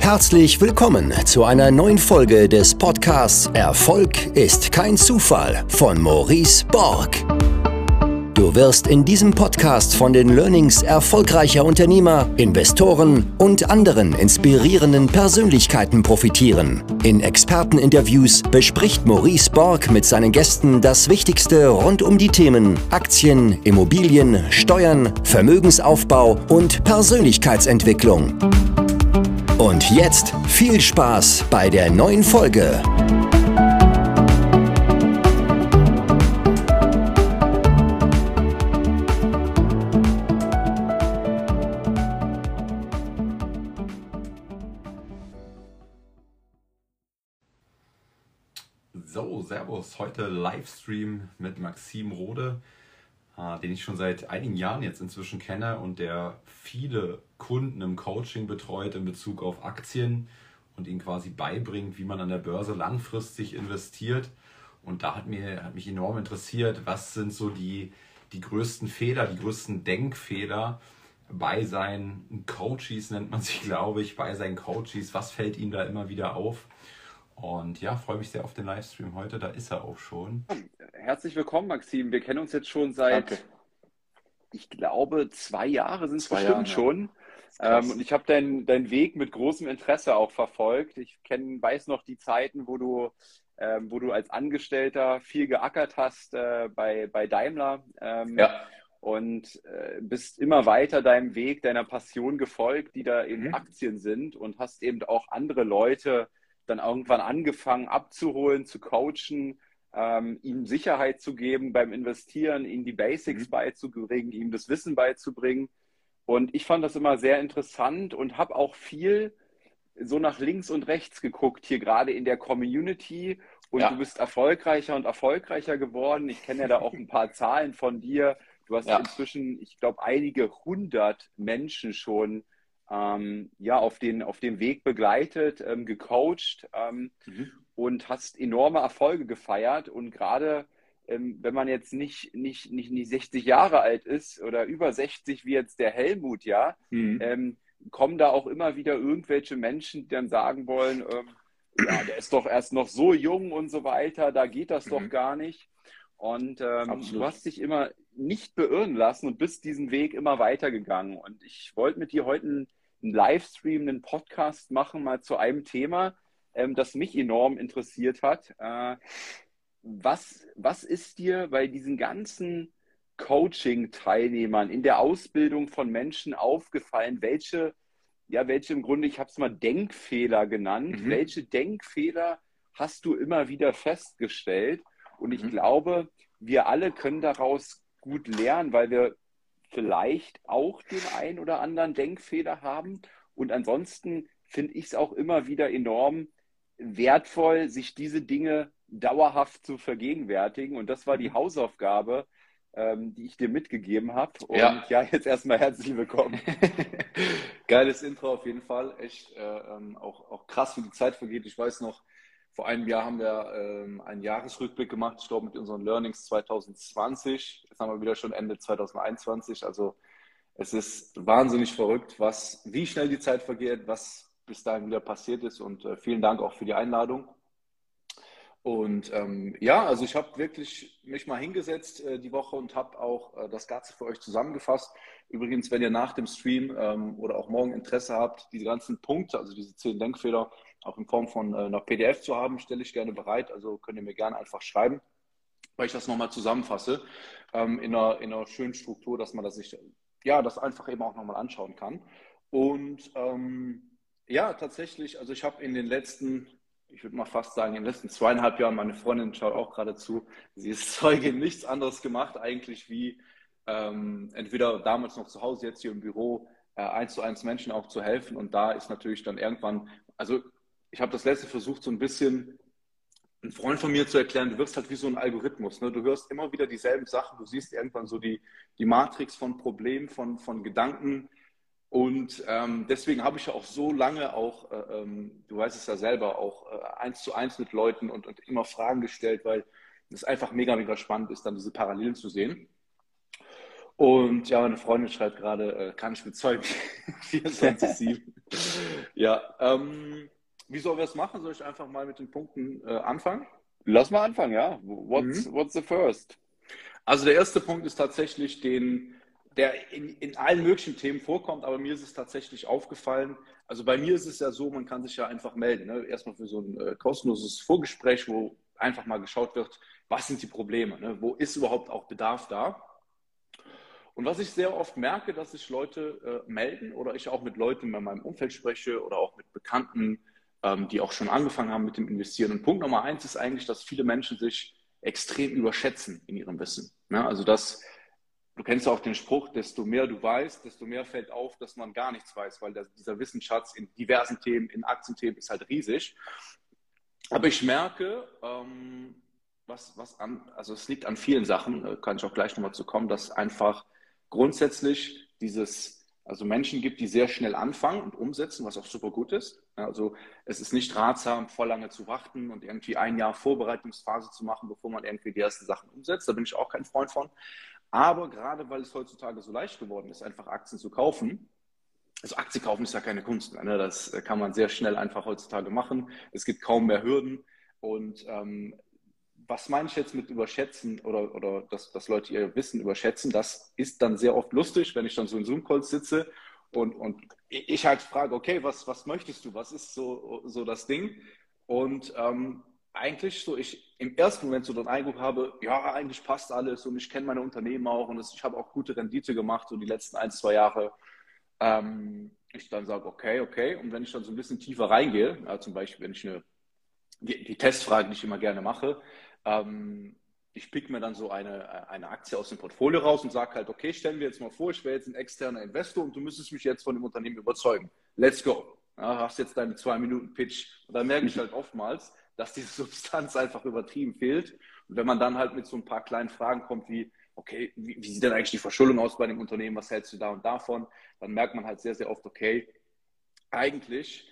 Herzlich willkommen zu einer neuen Folge des Podcasts Erfolg ist kein Zufall von Maurice Borg. Du wirst in diesem Podcast von den Learnings erfolgreicher Unternehmer, Investoren und anderen inspirierenden Persönlichkeiten profitieren. In Experteninterviews bespricht Maurice Borg mit seinen Gästen das Wichtigste rund um die Themen Aktien, Immobilien, Steuern, Vermögensaufbau und Persönlichkeitsentwicklung. Und jetzt viel Spaß bei der neuen Folge. So, Servus, heute Livestream mit Maxim Rode, den ich schon seit einigen Jahren jetzt inzwischen kenne und der viele Kunden im Coaching betreut in Bezug auf Aktien und ihnen quasi beibringt, wie man an der Börse langfristig investiert. Und da hat mich enorm interessiert, was sind so die größten Fehler, die größten Denkfehler bei seinen Coaches, nennt man sich, glaube ich, bei seinen Coaches. Was fällt ihm da immer wieder auf? Und ja, freue mich sehr auf den Livestream heute, da ist er auch schon. Herzlich willkommen, Maxim. Wir kennen uns jetzt schon seit, ich glaube, 2 Jahre sind es bestimmt schon. Und ich habe deinen Weg mit großem Interesse auch verfolgt. Ich weiß noch die Zeiten, wo du als Angestellter viel geackert hast bei Daimler. Und bist immer weiter deinem Weg, deiner Passion gefolgt, die da eben Aktien sind, und hast eben auch andere Leute dann irgendwann angefangen abzuholen, zu coachen, ihm Sicherheit zu geben beim Investieren, ihm die Basics beizubringen, ihm das Wissen beizubringen. Und ich fand das immer sehr interessant und habe auch viel so nach links und rechts geguckt, hier gerade in der Community. Und du bist erfolgreicher und erfolgreicher geworden. Ich kenne ja da auch ein paar Zahlen von dir. Du hast inzwischen, ich glaube, einige 100 Menschen schon auf den Weg begleitet, gecoacht und hast enorme Erfolge gefeiert. Und gerade wenn man jetzt nicht 60 Jahre alt ist oder über 60 wie jetzt der Helmut, kommen da auch immer wieder irgendwelche Menschen, die dann sagen wollen, der ist doch erst noch so jung und so weiter, da geht das doch gar nicht. Und du hast dich immer nicht beirren lassen und bist diesen Weg immer weitergegangen. Und ich wollte mit dir heute einen Livestream, einen Podcast machen, mal zu einem Thema, das mich enorm interessiert hat. Was ist dir bei diesen ganzen Coaching-Teilnehmern in der Ausbildung von Menschen aufgefallen? Welche im Grunde, ich habe es mal Denkfehler genannt, welche Denkfehler hast du immer wieder festgestellt? Und ich glaube, wir alle können daraus gut lernen, weil wir vielleicht auch den ein oder anderen Denkfehler haben. Und ansonsten finde ich es auch immer wieder enorm wertvoll, sich diese Dinge dauerhaft zu vergegenwärtigen. Und das war die Hausaufgabe, die ich dir mitgegeben habe. Und jetzt erstmal herzlich willkommen. Geiles Intro auf jeden Fall. Echt auch krass, wie die Zeit vergeht. Ich weiß noch, vor einem Jahr haben wir einen Jahresrückblick gemacht, ich glaube mit unseren Learnings 2020. Jetzt haben wir wieder schon Ende 2021. Also es ist wahnsinnig verrückt, wie schnell die Zeit vergeht, was bis dahin wieder passiert ist. Und vielen Dank auch für die Einladung. Und also ich habe wirklich mich mal hingesetzt die Woche und habe auch das Ganze für euch zusammengefasst. Übrigens, wenn ihr nach dem Stream oder auch morgen Interesse habt, diese ganzen Punkte, also diese 10 Denkfehler, auch in Form von einer PDF zu haben, stelle ich gerne bereit. Also könnt ihr mir gerne einfach schreiben, weil ich das nochmal zusammenfasse in einer schönen Struktur, dass man das einfach eben auch nochmal anschauen kann. Und tatsächlich, also ich habe in den letzten, ich würde mal fast sagen, in den letzten 2,5 Jahren, meine Freundin schaut auch gerade zu, sie ist Zeugin, nichts anderes gemacht eigentlich wie entweder damals noch zu Hause, jetzt hier im Büro, 1:1 Menschen auch zu helfen. Und da ist natürlich dann irgendwann, also ich habe das letzte versucht, so ein bisschen ein Freund von mir zu erklären, du wirst halt wie so ein Algorithmus. Ne? Du hörst immer wieder dieselben Sachen, du siehst irgendwann so die Matrix von Problemen, von Gedanken. Und deswegen habe ich ja auch so lange auch, du weißt es ja selber, auch 1:1 mit Leuten und immer Fragen gestellt, weil es einfach mega, mega spannend ist, dann diese Parallelen zu sehen. Und ja, meine Freundin schreibt gerade, kann ich bezeugen, 24/7. Ja, wie sollen wir es machen? Soll ich einfach mal mit den Punkten anfangen? Lass mal anfangen, ja. What's the first? Also der erste Punkt ist tatsächlich der in allen möglichen Themen vorkommt, aber mir ist es tatsächlich aufgefallen. Also bei mir ist es ja so, man kann sich ja einfach melden. Ne? Erstmal für so ein kostenloses Vorgespräch, wo einfach mal geschaut wird, was sind die Probleme? Ne? Wo ist überhaupt auch Bedarf da? Und was ich sehr oft merke, dass sich Leute melden oder ich auch mit Leuten in meinem Umfeld spreche oder auch mit Bekannten, die auch schon angefangen haben mit dem Investieren. Und Punkt Nummer eins ist eigentlich, dass viele Menschen sich extrem überschätzen in ihrem Wissen. Ja, also du kennst ja auch den Spruch, desto mehr du weißt, desto mehr fällt auf, dass man gar nichts weiß, weil dieser Wissensschatz in diversen Themen, in Aktienthemen ist halt riesig. Aber ich merke, also es liegt an vielen Sachen, kann ich auch gleich nochmal zu kommen, dass einfach grundsätzlich also Menschen gibt, die sehr schnell anfangen und umsetzen, was auch super gut ist. Also es ist nicht ratsam, voll lange zu warten und irgendwie ein Jahr Vorbereitungsphase zu machen, bevor man irgendwie die ersten Sachen umsetzt. Da bin ich auch kein Freund von. Aber gerade weil es heutzutage so leicht geworden ist, einfach Aktien zu kaufen, also Aktien kaufen ist ja keine Kunst mehr, ne? Das kann man sehr schnell einfach heutzutage machen. Es gibt kaum mehr Hürden. Und was meine ich jetzt mit überschätzen oder dass Leute ihr Wissen überschätzen? Das ist dann sehr oft lustig, wenn ich dann so in Zoom-Calls sitze und ich halt frage, okay, was möchtest du? Was ist so das Ding? Und eigentlich im ersten Moment so den Eindruck habe, ja, eigentlich passt alles und ich kenne meine Unternehmen auch und ich habe auch gute Rendite gemacht, so die letzten 1, 2 Jahre. Ich dann sage, okay. Und wenn ich dann so ein bisschen tiefer reingehe, zum Beispiel, wenn ich die Testfragen, die ich immer gerne mache, ich pick mir dann so eine Aktie aus dem Portfolio raus und sage halt, okay, stellen wir jetzt mal vor, ich wäre jetzt ein externer Investor und du müsstest mich jetzt von dem Unternehmen überzeugen. Let's go. Ja, hast jetzt deine 2 Minuten Pitch. Und dann merke ich halt oftmals, dass diese Substanz einfach übertrieben fehlt. Und wenn man dann halt mit so ein paar kleinen Fragen kommt wie, okay, wie sieht denn eigentlich die Verschuldung aus bei dem Unternehmen, was hältst du da und davon, dann merkt man halt sehr, sehr oft, okay, eigentlich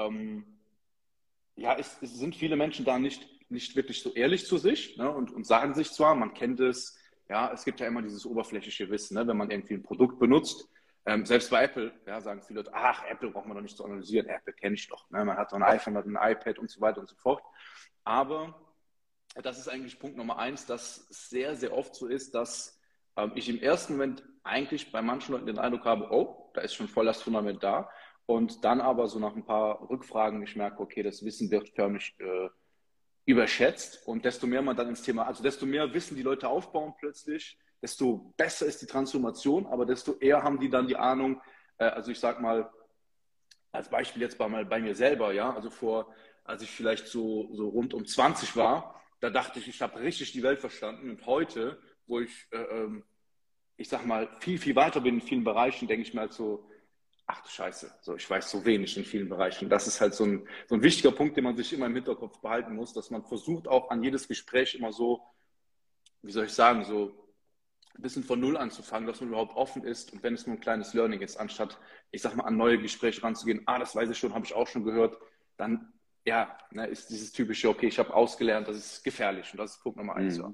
es sind viele Menschen da nicht wirklich so ehrlich zu sich, ne, und sagen sich zwar, man kennt es, ja, es gibt ja immer dieses oberflächliche Wissen, ne, wenn man irgendwie ein Produkt benutzt. Selbst bei Apple, ja, sagen viele Leute, ach, Apple braucht man doch nicht zu analysieren, Apple kenne ich doch. Ne, man hat doch ein iPhone, hat ein iPad und so weiter und so fort. Aber das ist eigentlich Punkt Nummer eins, dass es sehr, sehr oft so ist, dass ich im ersten Moment eigentlich bei manchen Leuten den Eindruck habe, oh, da ist schon voll das Fundament da. Und dann aber so nach ein paar Rückfragen ich merke, okay, das Wissen wird förmlich überschätzt. Und desto mehr man dann ins Thema, also desto mehr Wissen die Leute aufbauen plötzlich, desto besser ist die Transformation, aber desto eher haben die dann die Ahnung, also ich sag mal, als Beispiel jetzt bei mir selber, ja, also als ich vielleicht so rund um 20 war, da dachte ich habe richtig die Welt verstanden. Und heute, wo ich sag mal, viel, viel weiter bin in vielen Bereichen, denke ich mir halt so, ach du Scheiße, so, ich weiß so wenig in vielen Bereichen. Das ist halt so ein wichtiger Punkt, den man sich immer im Hinterkopf behalten muss, dass man versucht auch an jedes Gespräch immer so, wie soll ich sagen, so ein bisschen von Null anzufangen, dass man überhaupt offen ist und wenn es nur ein kleines Learning ist, anstatt, ich sag mal, an neue Gespräche ranzugehen, das weiß ich schon, habe ich auch schon gehört, dann, ja, ne, ist dieses typische, okay, ich habe ausgelernt, das ist gefährlich und das ist Punkt Nummer 1, ja.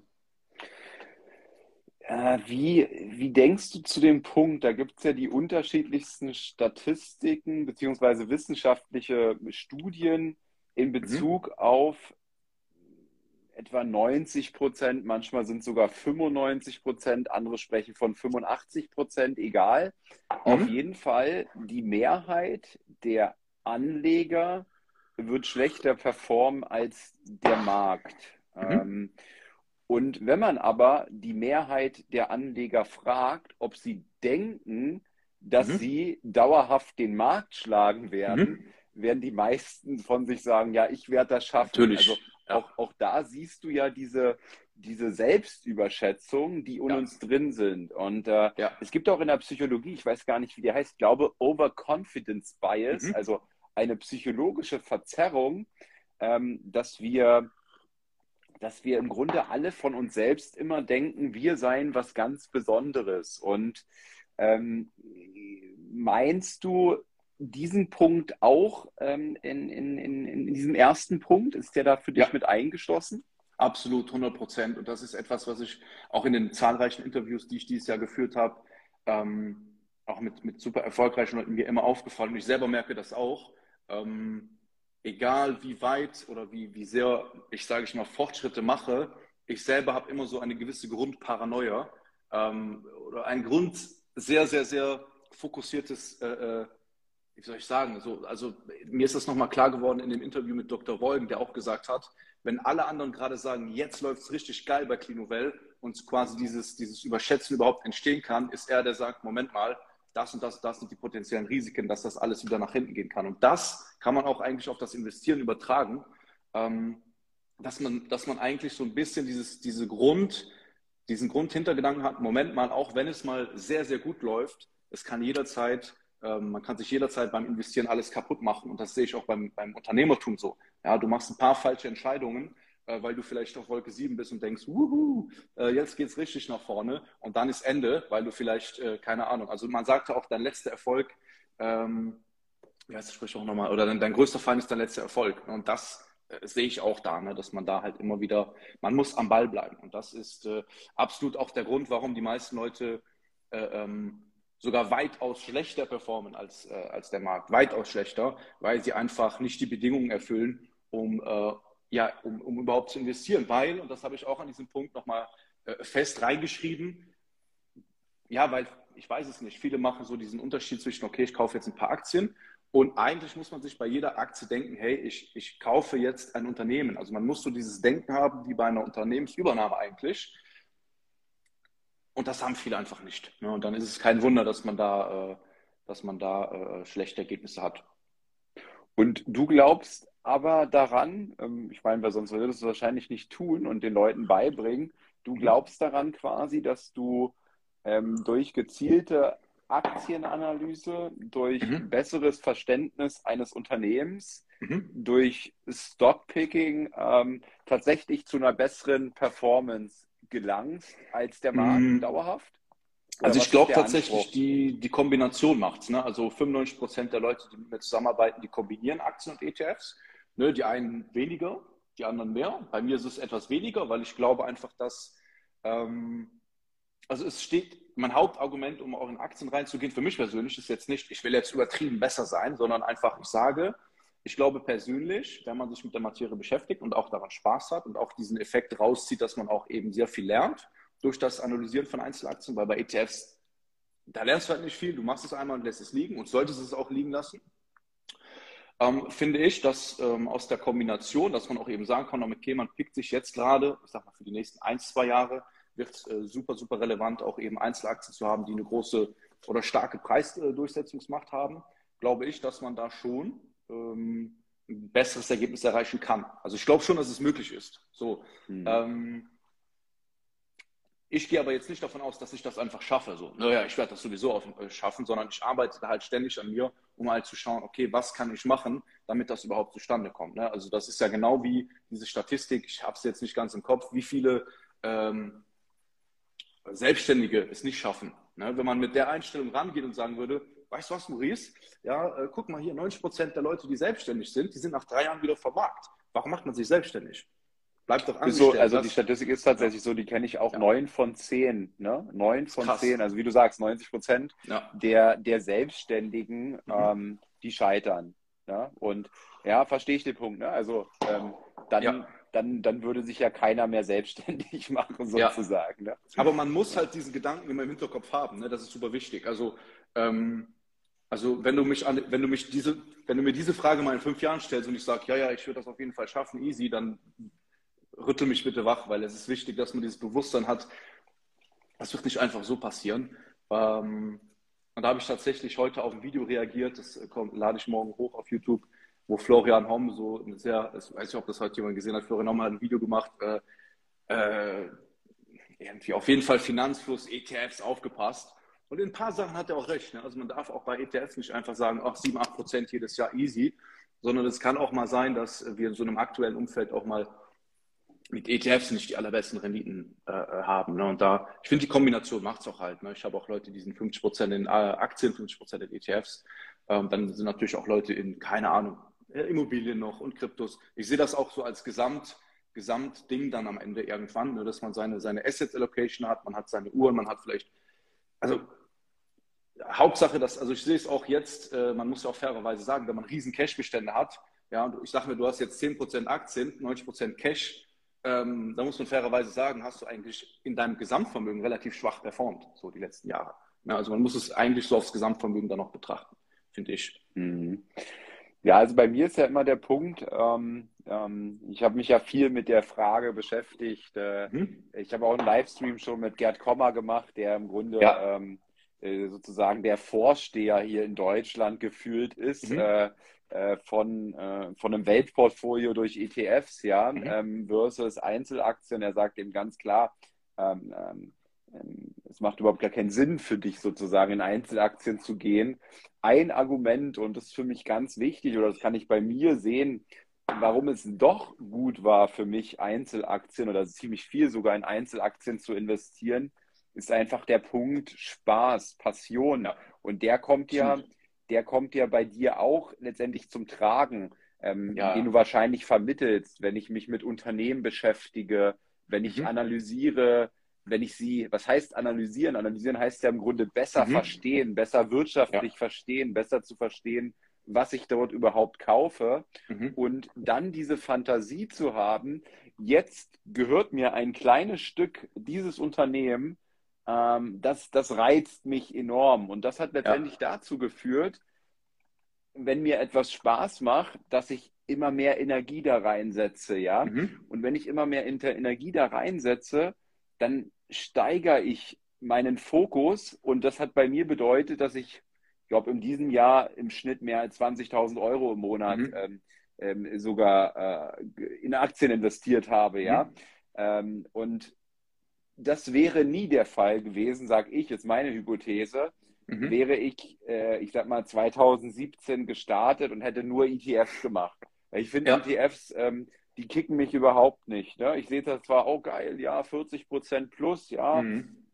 Wie denkst du zu dem Punkt? Da gibt es ja die unterschiedlichsten Statistiken beziehungsweise wissenschaftliche Studien in Bezug auf etwa 90%, manchmal sind sogar 95%, andere sprechen von 85%, egal. Auf jeden Fall, die Mehrheit der Anleger wird schlechter performen als der Markt. Und wenn man aber die Mehrheit der Anleger fragt, ob sie denken, dass sie dauerhaft den Markt schlagen werden, werden die meisten von sich sagen, ja, ich werde das schaffen. Natürlich. Also auch da siehst du ja diese Selbstüberschätzung, die in uns drin sind. Und es gibt auch in der Psychologie, ich weiß gar nicht, wie die heißt, ich glaube Overconfidence Bias, also eine psychologische Verzerrung, dass wir im Grunde alle von uns selbst immer denken, wir seien was ganz Besonderes. Und meinst du diesen Punkt auch in diesem ersten Punkt? Ist der da für dich mit eingeschlossen? Absolut, 100%. Und das ist etwas, was ich auch in den zahlreichen Interviews, die ich dieses Jahr geführt habe, auch mit super erfolgreichen Leuten mir immer aufgefallen und ich selber merke das auch, egal wie weit oder wie sehr ich, sage ich mal, Fortschritte mache, ich selber habe immer so eine gewisse Grundparanoia oder ein sehr, sehr, sehr fokussiertes, wie soll ich sagen, so, also mir ist das nochmal klar geworden in dem Interview mit Dr. Wolgen, der auch gesagt hat, wenn alle anderen gerade sagen, jetzt läuft es richtig geil bei Clinuvel und quasi dieses Überschätzen überhaupt entstehen kann, ist er, der sagt, Moment mal, das und das sind die potenziellen Risiken, dass das alles wieder nach hinten gehen kann. Und das kann man auch eigentlich auf das Investieren übertragen, dass man eigentlich so ein bisschen diesen Grundhintergedanken hat, Moment mal, auch wenn es mal sehr, sehr gut läuft, man kann sich jederzeit beim Investieren alles kaputt machen. Und das sehe ich auch beim Unternehmertum so. Ja, du machst ein paar falsche Entscheidungen, weil du vielleicht auf Wolke 7 bist und denkst, jetzt geht's richtig nach vorne und dann ist Ende, weil du vielleicht, keine Ahnung, also man sagte auch, dein letzter Erfolg, wie heißt das Sprichwort nochmal, oder dein größter Feind ist dein letzter Erfolg. Und das sehe ich auch da, ne, dass man da halt immer wieder, man muss am Ball bleiben. Und das ist absolut auch der Grund, warum die meisten Leute sogar weitaus schlechter performen als der Markt, weitaus schlechter, weil sie einfach nicht die Bedingungen erfüllen, um überhaupt zu investieren. Weil, und das habe ich auch an diesem Punkt nochmal fest reingeschrieben, ja, weil ich weiß es nicht, viele machen so diesen Unterschied zwischen, okay, ich kaufe jetzt ein paar Aktien und eigentlich muss man sich bei jeder Aktie denken, hey, ich kaufe jetzt ein Unternehmen. Also man muss so dieses Denken haben, wie bei einer Unternehmensübernahme eigentlich. Und das haben viele einfach nicht. Ne? Und dann ist es kein Wunder, dass man da schlechte Ergebnisse hat. Und du glaubst aber daran, ich meine, weil sonst würdest du es wahrscheinlich nicht tun und den Leuten beibringen, du glaubst daran quasi, dass du durch gezielte Aktienanalyse, durch besseres Verständnis eines Unternehmens, durch Stockpicking tatsächlich zu einer besseren Performance gelangst als der Markt dauerhaft? Also ich glaube tatsächlich, die Kombination macht's. Ne? Also 95% der Leute, die mit mir zusammenarbeiten, die kombinieren Aktien und ETFs. Ne? Die einen weniger, die anderen mehr. Bei mir ist es etwas weniger, weil ich glaube einfach, dass also es steht, mein Hauptargument, um auch in Aktien reinzugehen, für mich persönlich ist jetzt nicht, ich will jetzt übertrieben besser sein, sondern einfach, ich glaube persönlich, wenn man sich mit der Materie beschäftigt und auch daran Spaß hat und auch diesen Effekt rauszieht, dass man auch eben sehr viel lernt durch das Analysieren von Einzelaktien, weil bei ETFs, da lernst du halt nicht viel, du machst es einmal und lässt es liegen und solltest es auch liegen lassen. Finde ich, dass aus der Kombination, dass man auch eben sagen kann, okay, man pickt sich jetzt gerade, ich sag mal für die nächsten 1-2 Jahre, wird es super, super relevant, auch eben Einzelaktien zu haben, die eine große oder starke Preisdurchsetzungsmacht haben, glaube ich, dass man da schon ein besseres Ergebnis erreichen kann. Also ich glaube schon, dass es möglich ist. So, ich gehe aber jetzt nicht davon aus, dass ich das einfach schaffe. So, naja, ich werde das sowieso schaffen, sondern ich arbeite halt ständig an mir, um halt zu schauen, okay, was kann ich machen, damit das überhaupt zustande kommt. Ne? Also das ist ja genau wie diese Statistik, ich habe es jetzt nicht ganz im Kopf, wie viele Selbstständige es nicht schaffen. Ne? Wenn man mit der Einstellung rangeht und sagen würde, weißt du was, Maurice? Ja, guck mal hier, 90% der Leute, die selbstständig sind, die sind nach 3 Jahren wieder vom Markt. Warum macht man sich selbstständig? Bleibt doch angestellt. So, also die Statistik ist tatsächlich so, die kenne ich auch, 9 von 10. Ne? 9 von Krass. 10, also wie du sagst, 90% der Selbstständigen, die scheitern. Ne? Und ja, verstehe ich den Punkt. Ne? Also dann würde sich ja keiner mehr selbstständig machen, sozusagen. Ja. Ne? Aber man muss halt diesen Gedanken immer im Hinterkopf haben, ne? Das ist super wichtig. Also wenn du mir diese Frage mal in 5 Jahren stellst und ich sage, ja, ich würde das auf jeden Fall schaffen, easy, dann rüttel mich bitte wach, weil es ist wichtig, dass man dieses Bewusstsein hat. Das wird nicht einfach so passieren. Und da habe ich tatsächlich heute auf ein Video reagiert, das lade ich morgen hoch auf YouTube, wo Florian Homm so ich weiß nicht, ob das heute jemand gesehen hat, Florian Homm hat ein Video gemacht, irgendwie auf jeden Fall Finanzfluss, ETFs, aufgepasst. Und in ein paar Sachen hat er auch recht. Ne? Also man darf auch bei ETFs nicht einfach sagen, 7-8% jedes Jahr easy, sondern es kann auch mal sein, dass wir in so einem aktuellen Umfeld auch mal mit ETFs nicht die allerbesten Renditen haben. Ne? Und ich finde, die Kombination macht es auch halt. Ne? Ich habe auch Leute, die sind 50% in Aktien, 50% in ETFs. Dann sind natürlich auch Leute in, keine Ahnung, Immobilien noch und Kryptos. Ich sehe das auch so als Gesamtding dann am Ende irgendwann, ne? Dass man seine Asset Allocation hat, man hat seine Uhren, man hat vielleicht, also Hauptsache, also ich sehe es auch jetzt, man muss ja auch fairerweise sagen, wenn man riesen Cash-Bestände hat, ja, und ich sage mir, du hast jetzt 10% Aktien, 90% Cash, da muss man fairerweise sagen, hast du eigentlich in deinem Gesamtvermögen relativ schwach performt, so die letzten Jahre. Ja, also man muss es eigentlich so aufs Gesamtvermögen dann noch betrachten, finde ich. Mhm. Ja, also bei mir ist ja immer der Punkt, ich habe mich ja viel mit der Frage beschäftigt. Ich habe auch einen Livestream schon mit Gerd Kommer gemacht, der im Grunde sozusagen der Vorsteher hier in Deutschland gefühlt ist, von einem Weltportfolio durch ETFs, ja, versus Einzelaktien. Er sagt eben ganz klar, es macht überhaupt gar keinen Sinn für dich sozusagen in Einzelaktien zu gehen. Ein Argument, und das ist für mich ganz wichtig, oder das kann ich bei mir sehen, warum es doch gut war für mich, Einzelaktien oder ziemlich viel sogar in Einzelaktien zu investieren, ist einfach der Punkt Spaß, Passion. Und der kommt ja bei dir auch letztendlich zum Tragen, den du wahrscheinlich vermittelst, wenn ich mich mit Unternehmen beschäftige, wenn ich analysiere, wenn ich sie, was heißt analysieren? Analysieren heißt ja im Grunde besser verstehen, besser wirtschaftlich verstehen, besser zu verstehen, was ich dort überhaupt kaufe. Und dann diese Fantasie zu haben, jetzt gehört mir ein kleines Stück dieses Unternehmen, das reizt mich enorm. Und das hat letztendlich dazu geführt, wenn mir etwas Spaß macht, dass ich immer mehr Energie da reinsetze, ja. Und wenn ich immer mehr Energie da reinsetze, dann steigere ich meinen Fokus, und das hat bei mir bedeutet, dass ich glaube, in diesem Jahr im Schnitt mehr als 20.000 Euro im Monat sogar in Aktien investiert habe, ja. Und das wäre nie der Fall gewesen, sage ich, jetzt meine Hypothese, wäre ich sag mal, 2017 gestartet und hätte nur ETFs gemacht. Ich finde ETFs, die kicken mich überhaupt nicht. Ne? Ich sehe das zwar, oh geil, ja, 40% plus, ja,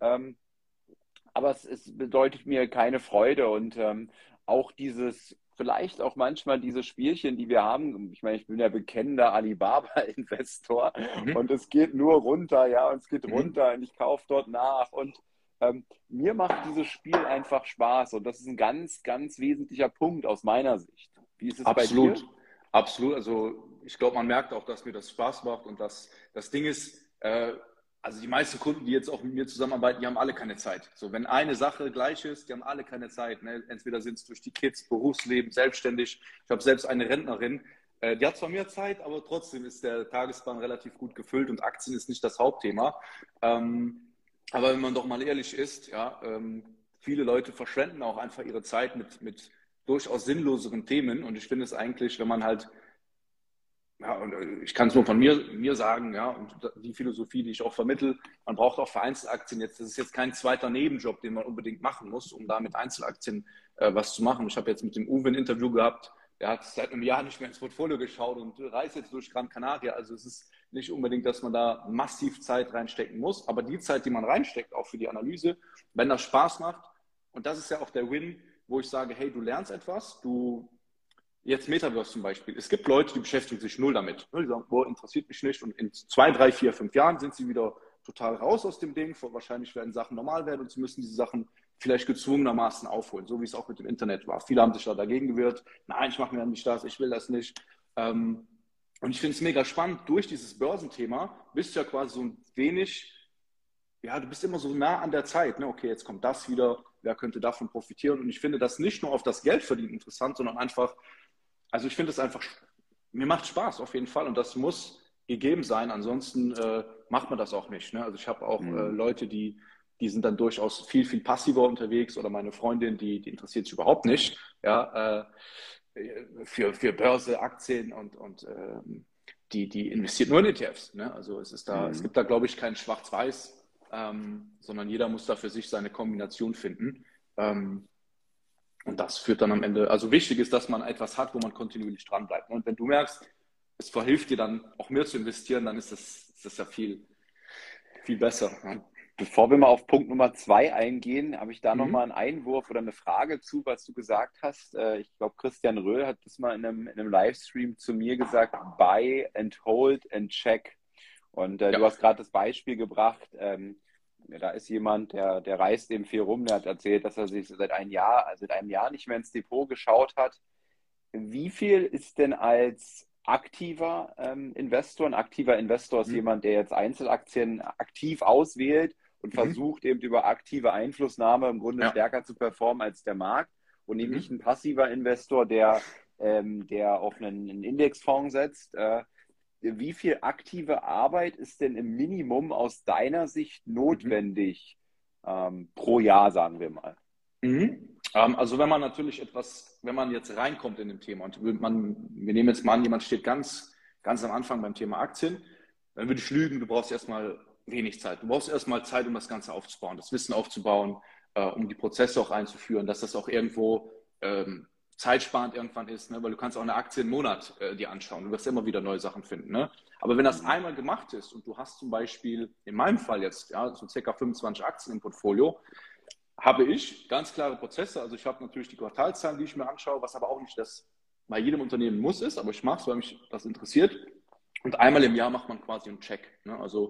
aber es bedeutet mir keine Freude, und auch vielleicht auch manchmal diese Spielchen, die wir haben. Ich meine, ich bin ja bekennender Alibaba-Investor und es geht nur runter, ja, und es geht runter und ich kaufe dort nach, und mir macht dieses Spiel einfach Spaß, und das ist ein ganz, ganz wesentlicher Punkt aus meiner Sicht. Wie ist es bei dir? Absolut. Also ich glaube, man merkt auch, dass mir das Spaß macht, und das Ding ist, also die meisten Kunden, die jetzt auch mit mir zusammenarbeiten, die haben alle keine Zeit. So, wenn eine Sache gleich ist, die haben alle keine Zeit. Ne? Entweder sind es durch die Kids, Berufsleben, selbstständig. Ich habe selbst eine Rentnerin, die hat zwar mehr Zeit, aber trotzdem ist der Tagesplan relativ gut gefüllt, und Aktien ist nicht das Hauptthema. Aber wenn man doch mal ehrlich ist, ja, viele Leute verschwenden auch einfach ihre Zeit mit durchaus sinnloseren Themen, und ich finde es eigentlich, wenn man halt, ja, und ich kann es nur von mir sagen, ja, und die Philosophie, die ich auch vermittle, man braucht auch für Einzelaktien das ist jetzt kein zweiter Nebenjob, den man unbedingt machen muss, um da mit Einzelaktien was zu machen. Ich habe jetzt mit dem Uwe ein Interview gehabt, der hat seit einem Jahr nicht mehr ins Portfolio geschaut und reist jetzt durch Gran Canaria. Also es ist nicht unbedingt, dass man da massiv Zeit reinstecken muss, aber die Zeit, die man reinsteckt, auch für die Analyse, wenn das Spaß macht, und das ist ja auch der Win, wo ich sage, hey, du lernst etwas, jetzt Metaverse zum Beispiel. Es gibt Leute, die beschäftigen sich null damit. Die sagen, boah, interessiert mich nicht. Und in 2, 3, 4, 5 Jahren sind sie wieder total raus aus dem Ding. Wahrscheinlich werden Sachen normal werden, und sie müssen diese Sachen vielleicht gezwungenermaßen aufholen, so wie es auch mit dem Internet war. Viele haben sich da dagegen gewehrt. Nein, ich mache mir nicht das, ich will das nicht. Und ich finde es mega spannend. Durch dieses Börsenthema bist du ja quasi so ein wenig, ja, du bist immer so nah an der Zeit. Ne? Okay, jetzt kommt das wieder. Wer könnte davon profitieren? Und ich finde das nicht nur auf das Geldverdienen interessant, sondern einfach, also ich finde es einfach, mir macht Spaß auf jeden Fall, und das muss gegeben sein, ansonsten macht man das auch nicht. Ne? Also ich habe auch Leute, die sind dann durchaus viel, viel passiver unterwegs, oder meine Freundin, die interessiert sich überhaupt nicht, ja, für Börse, Aktien, und die investiert nur in ETFs. Ne? Also es gibt da, glaube ich, kein Schwarz-Weiß, sondern jeder muss da für sich seine Kombination finden. Und das führt dann am Ende, also wichtig ist, dass man etwas hat, wo man kontinuierlich dran bleibt. Und wenn du merkst, es verhilft dir dann auch mehr zu investieren, dann ist das ja viel, viel besser. Ja. Bevor wir mal auf Punkt Nummer 2 eingehen, habe ich da nochmal einen Einwurf oder eine Frage zu, was du gesagt hast. Ich glaube, Christian Röhl hat das mal in einem Livestream zu mir gesagt, buy and hold and check. Und du hast gerade das Beispiel gebracht, da ist jemand, der reist eben viel rum, der hat erzählt, dass er sich seit einem Jahr nicht mehr ins Depot geschaut hat. Wie viel ist denn als aktiver Investor? Ein aktiver Investor ist jemand, der jetzt Einzelaktien aktiv auswählt und versucht eben über aktive Einflussnahme im Grunde stärker zu performen als der Markt. Und nämlich ein passiver Investor, der auf einen Indexfonds setzt. Wie viel aktive Arbeit ist denn im Minimum aus deiner Sicht notwendig pro Jahr, sagen wir mal? Also wenn man jetzt reinkommt in dem Thema und wir nehmen jetzt mal an, jemand steht ganz am Anfang beim Thema Aktien, dann würde ich lügen, du brauchst erstmal wenig Zeit. Du brauchst erstmal Zeit, um das Ganze aufzubauen, das Wissen aufzubauen, um die Prozesse auch einzuführen, dass das auch irgendwo zeitsparend irgendwann ist, ne? Weil du kannst auch eine Aktie im Monat dir anschauen. Du wirst immer wieder neue Sachen finden. Ne? Aber wenn das einmal gemacht ist und du hast zum Beispiel, in meinem Fall jetzt, so ca. 25 Aktien im Portfolio, habe ich ganz klare Prozesse. Also ich habe natürlich die Quartalszahlen, die ich mir anschaue, was aber auch nicht das bei jedem Unternehmen muss ist, aber ich mache es, weil mich das interessiert. Und einmal im Jahr macht man quasi einen Check. Ne? Also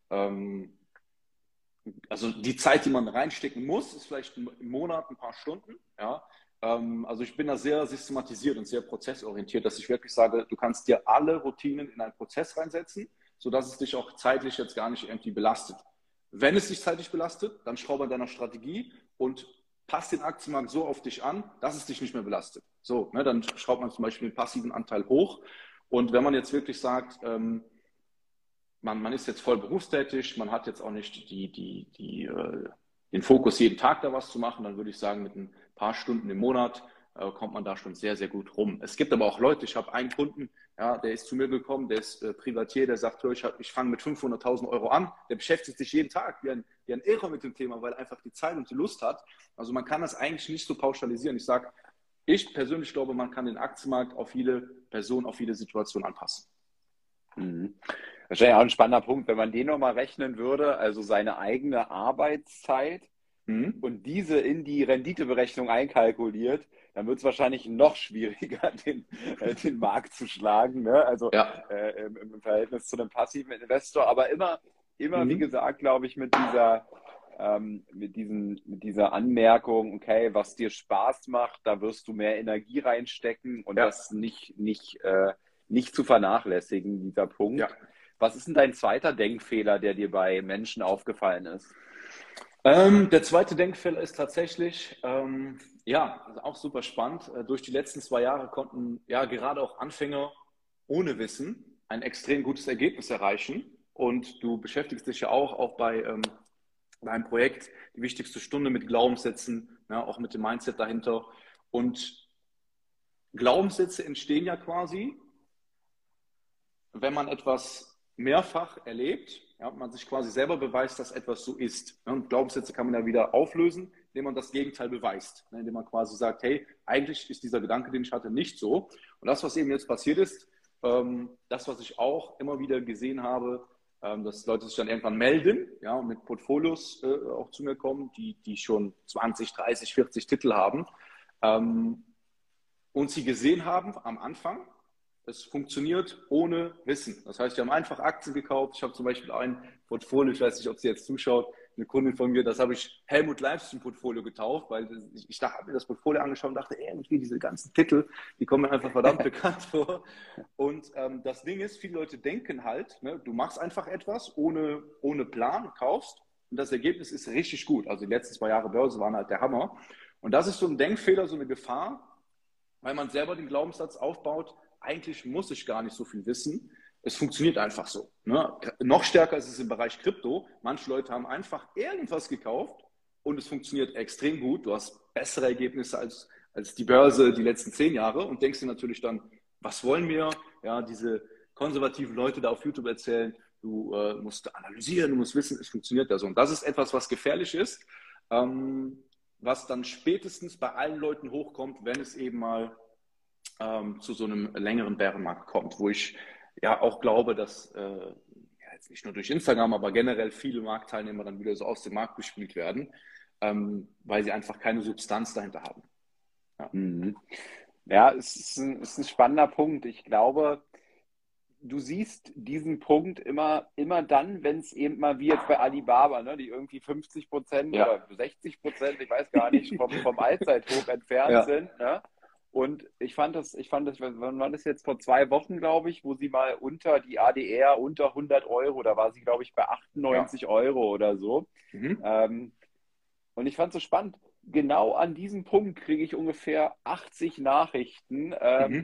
die Zeit, die man reinstecken muss, ist vielleicht im Monat ein paar Stunden. Ja? Also ich bin da sehr systematisiert und sehr prozessorientiert, dass ich wirklich sage, du kannst dir alle Routinen in einen Prozess reinsetzen, sodass es dich auch zeitlich jetzt gar nicht irgendwie belastet. Wenn es dich zeitlich belastet, dann schraube an deiner Strategie und passt den Aktienmarkt so auf dich an, dass es dich nicht mehr belastet. So, ne, dann schraubt man zum Beispiel den passiven Anteil hoch. Und wenn man jetzt wirklich sagt, man ist jetzt voll berufstätig, man hat jetzt auch nicht den Fokus, jeden Tag da was zu machen, dann würde ich sagen, mit ein paar Stunden im Monat kommt man da schon sehr, sehr gut rum. Es gibt aber auch Leute, ich habe einen Kunden, der ist zu mir gekommen, der ist Privatier, der sagt, ich fange mit 500.000 Euro an, der beschäftigt sich jeden Tag wie ein Irrer mit dem Thema, weil er einfach die Zeit und die Lust hat. Also man kann das eigentlich nicht so pauschalisieren. Ich persönlich glaube, man kann den Aktienmarkt auf jede Person, auf jede Situation anpassen. Das wäre ja auch ein spannender Punkt, wenn man den nochmal rechnen würde, also seine eigene Arbeitszeit und diese in die Renditeberechnung einkalkuliert, dann wird es wahrscheinlich noch schwieriger, den Markt zu schlagen, ne? Also im Verhältnis zu einem passiven Investor, aber immer wie gesagt, glaube ich, mit dieser Anmerkung, okay, was dir Spaß macht, da wirst du mehr Energie reinstecken und das nicht zu vernachlässigen, dieser Punkt. Ja. Was ist denn dein zweiter Denkfehler, der dir bei Menschen aufgefallen ist? Der zweite Denkfehler ist tatsächlich, also auch super spannend. Durch die letzten 2 Jahre konnten gerade auch Anfänger ohne Wissen ein extrem gutes Ergebnis erreichen. Und du beschäftigst dich ja auch bei einem Projekt, die wichtigste Stunde mit Glaubenssätzen, auch mit dem Mindset dahinter. Und Glaubenssätze entstehen ja quasi, wenn man etwas mehrfach erlebt, man sich quasi selber beweist, dass etwas so ist. Und Glaubenssätze kann man ja wieder auflösen, indem man das Gegenteil beweist. Indem man quasi sagt, hey, eigentlich ist dieser Gedanke, den ich hatte, nicht so. Und das, was eben jetzt passiert ist, das, was ich auch immer wieder gesehen habe, dass Leute sich dann irgendwann melden, und mit Portfolios auch zu mir kommen, die schon 20, 30, 40 Titel haben und sie gesehen haben am Anfang, es funktioniert ohne Wissen. Das heißt, wir haben einfach Aktien gekauft. Ich habe zum Beispiel ein Portfolio, ich weiß nicht, ob sie jetzt zuschaut, eine Kundin von mir, das habe ich Helmut Livestream-Portfolio getauft, weil ich habe mir das Portfolio angeschaut und dachte, irgendwie diese ganzen Titel, die kommen mir einfach verdammt bekannt vor. Und das Ding ist, viele Leute denken halt, du machst einfach etwas ohne Plan, kaufst und das Ergebnis ist richtig gut. Also die letzten 2 Jahre Börse waren halt der Hammer. Und das ist so ein Denkfehler, so eine Gefahr, weil man selber den Glaubenssatz aufbaut, eigentlich muss ich gar nicht so viel wissen. Es funktioniert einfach so. Ne? Noch stärker ist es im Bereich Krypto. Manche Leute haben einfach irgendwas gekauft und es funktioniert extrem gut. Du hast bessere Ergebnisse als die Börse die letzten 10 Jahre und denkst dir natürlich dann, was wollen mir diese konservativen Leute da auf YouTube erzählen? Du musst analysieren, du musst wissen, es funktioniert ja so. Und das ist etwas, was gefährlich ist, was dann spätestens bei allen Leuten hochkommt, wenn es eben mal zu so einem längeren Bärenmarkt kommt, wo ich auch glaube, dass jetzt nicht nur durch Instagram, aber generell viele Marktteilnehmer dann wieder so aus dem Markt gespielt werden, weil sie einfach keine Substanz dahinter haben. Ja, es ist ein spannender Punkt. Ich glaube, du siehst diesen Punkt immer dann, wenn es eben mal wie jetzt bei Alibaba, ne, die irgendwie 50% oder 60%, ich weiß gar nicht, vom Allzeithoch entfernt sind. Ne? Und ich fand das, wann war das jetzt vor 2 Wochen, glaube ich, wo sie mal unter die ADR unter 100 Euro, da war sie, glaube ich, bei 98 Euro oder so. Und ich fand es so spannend, genau an diesem Punkt kriege ich ungefähr 80 Nachrichten,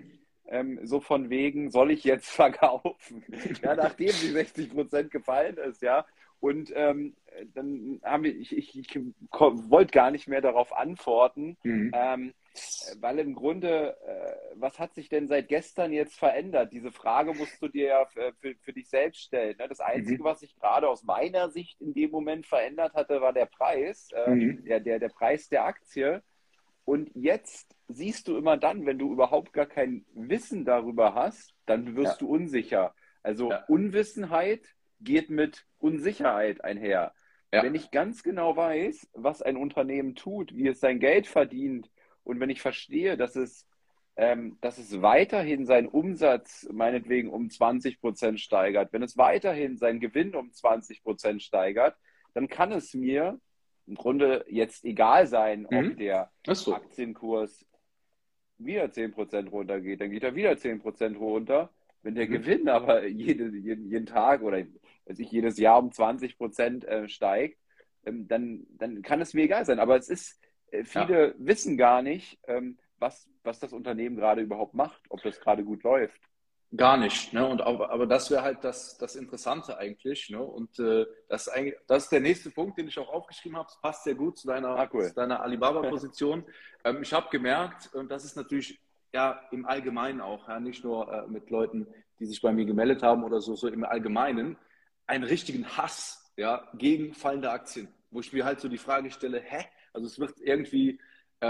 so von wegen, soll ich jetzt verkaufen? Ja, nachdem die 60% gefallen ist, ja. Und dann ich wollte gar nicht mehr darauf antworten, weil im Grunde, was hat sich denn seit gestern jetzt verändert? Diese Frage musst du dir ja für dich selbst stellen. Ne? Das Einzige, was sich gerade aus meiner Sicht in dem Moment verändert hatte, war der Preis, der Preis der Aktie. Und jetzt siehst du immer dann, wenn du überhaupt gar kein Wissen darüber hast, dann wirst du unsicher. Also Unwissenheit geht mit Unsicherheit einher. Ja. Wenn ich ganz genau weiß, was ein Unternehmen tut, wie es sein Geld verdient, und wenn ich verstehe, dass es weiterhin seinen Umsatz meinetwegen um 20% steigert, wenn es weiterhin seinen Gewinn um 20% steigert, dann kann es mir im Grunde jetzt egal sein, ob der Aktienkurs wieder 10% runtergeht, dann geht er wieder 10% runter. Wenn der Gewinn aber jeden Tag oder jedes Jahr um 20% steigt, dann kann es mir egal sein. Aber es ist, viele wissen gar nicht, was das Unternehmen gerade überhaupt macht, ob das gerade gut läuft. Gar nicht, ne? Aber das wäre halt das Interessante eigentlich, ne? Und das ist der nächste Punkt, den ich auch aufgeschrieben habe. Das passt sehr gut zu deiner Alibaba-Position. Ich habe gemerkt, und das ist natürlich im Allgemeinen auch, nicht nur mit Leuten, die sich bei mir gemeldet haben oder so im Allgemeinen, einen richtigen Hass gegen fallende Aktien, wo ich mir halt so die Frage stelle, also es wird irgendwie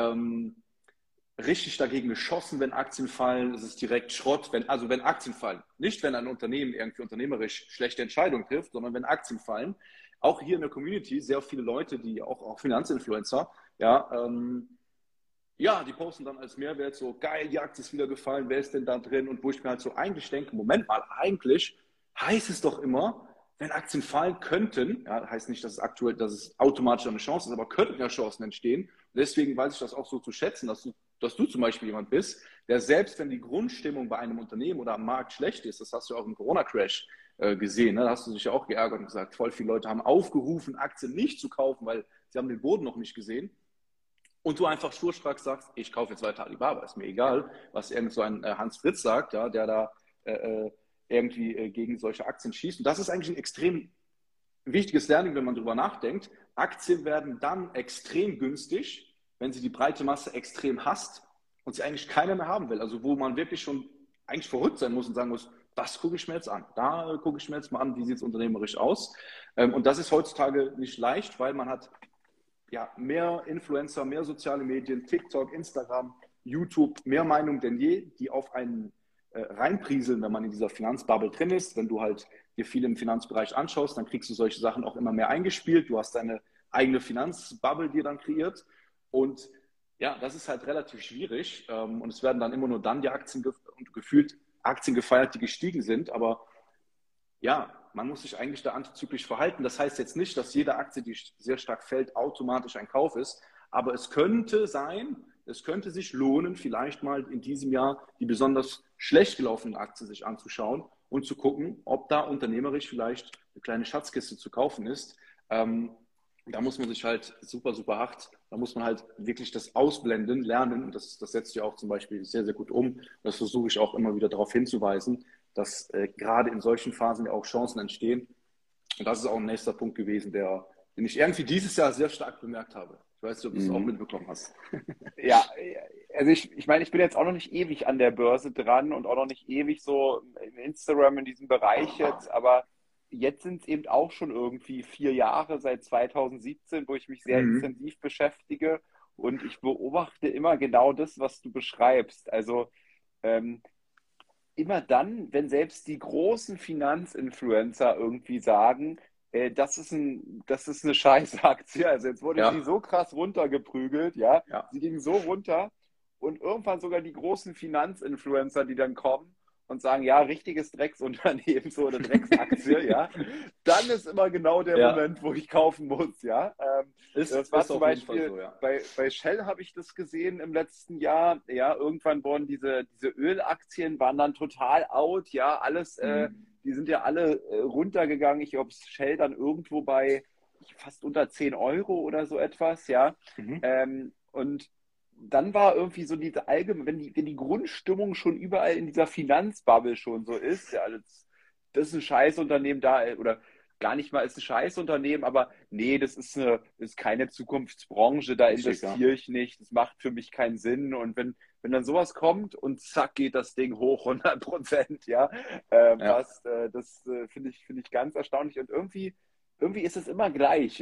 richtig dagegen geschossen, wenn Aktien fallen. Es ist direkt Schrott, wenn Aktien fallen. Nicht, wenn ein Unternehmen irgendwie unternehmerisch schlechte Entscheidungen trifft, sondern wenn Aktien fallen. Auch hier in der Community sehr viele Leute, die auch Finanzinfluencer, die posten dann als Mehrwert so, geil, die Aktie ist wieder gefallen, wer ist denn da drin? Und wo ich mir halt so eigentlich denke, Moment mal, eigentlich heißt es doch immer, wenn Aktien fallen könnten, heißt nicht, dass es automatisch eine Chance ist, aber könnten ja Chancen entstehen. Und deswegen weiß ich das auch so zu schätzen, dass du zum Beispiel jemand bist, der selbst, wenn die Grundstimmung bei einem Unternehmen oder am Markt schlecht ist, das hast du auch im Corona-Crash gesehen, ne? Da hast du dich ja auch geärgert und gesagt, voll viele Leute haben aufgerufen, Aktien nicht zu kaufen, weil sie haben den Boden noch nicht gesehen. Und du einfach schnurstracks sagst, ich kaufe jetzt weiter Alibaba, ist mir egal, was irgend so ein Hans Fritz sagt, der da irgendwie gegen solche Aktien schießt. Und das ist eigentlich ein extrem wichtiges Learning, wenn man darüber nachdenkt. Aktien werden dann extrem günstig, wenn sie die breite Masse extrem hasst und sie eigentlich keiner mehr haben will. Also wo man wirklich schon eigentlich verrückt sein muss und sagen muss, das gucke ich mir jetzt an. Da gucke ich mir jetzt mal an, wie sieht es unternehmerisch aus. Und das ist heutzutage nicht leicht, weil man hat mehr Influencer, mehr soziale Medien, TikTok, Instagram, YouTube, mehr Meinung denn je, die auf einen reinprieseln, wenn man in dieser Finanzbubble drin ist. Wenn du halt dir viel im Finanzbereich anschaust, dann kriegst du solche Sachen auch immer mehr eingespielt. Du hast deine eigene Finanzbubble dir dann kreiert. Und das ist halt relativ schwierig. Und es werden dann immer nur dann die Aktien gefühlt Aktien gefeiert, die gestiegen sind. Aber man muss sich eigentlich da antizyklisch verhalten. Das heißt jetzt nicht, dass jede Aktie, die sehr stark fällt, automatisch ein Kauf ist. Aber es könnte sich lohnen, vielleicht mal in diesem Jahr die besonders schlecht gelaufenen Aktien sich anzuschauen und zu gucken, ob da unternehmerisch vielleicht eine kleine Schatzkiste zu kaufen ist. Da muss man sich halt super, super hart, da muss man halt wirklich das Ausblenden lernen. Und das setzt ja auch zum Beispiel sehr, sehr gut um. Das versuche ich auch immer wieder darauf hinzuweisen, dass gerade in solchen Phasen ja auch Chancen entstehen. Und das ist auch ein nächster Punkt gewesen, den ich irgendwie dieses Jahr sehr stark bemerkt habe. Ich weiß nicht, ob du es auch mitbekommen hast. Ja, also ich meine, ich bin jetzt auch noch nicht ewig an der Börse dran und auch noch nicht ewig so in Instagram in diesem Bereich jetzt, aber jetzt sind es eben auch schon irgendwie 4 Jahre seit 2017, wo ich mich sehr intensiv beschäftige und ich beobachte immer genau das, was du beschreibst. Also immer dann, wenn selbst die großen Finanzinfluencer irgendwie sagen, das ist eine Scheißaktie. Also jetzt wurde sie so krass runtergeprügelt, sie ging so runter und irgendwann sogar die großen Finanzinfluencer, die dann kommen und sagen, ja, richtiges Drecksunternehmen, so eine Drecksaktie, ja, dann ist immer genau der Moment, wo ich kaufen muss, ja. Das war zum Beispiel, so, bei Shell habe ich das gesehen im letzten Jahr, ja, irgendwann wurden diese Ölaktien, waren dann total out, ja, alles, die sind ja alle runtergegangen, ich glaube, Shell dann irgendwo bei fast unter 10 Euro oder so etwas, ja, und dann war irgendwie so diese allgemeine, wenn die Grundstimmung schon überall in dieser Finanzbubble schon so ist, ja, das ist ein Scheißunternehmen da, oder gar nicht mal ist ein Scheißunternehmen, aber nee, das ist keine Zukunftsbranche, da investiere ich nicht, das macht für mich keinen Sinn. Und wenn dann sowas kommt und zack geht das Ding hoch 100%, ja, das finde ich ganz erstaunlich. Und irgendwie ist es immer gleich.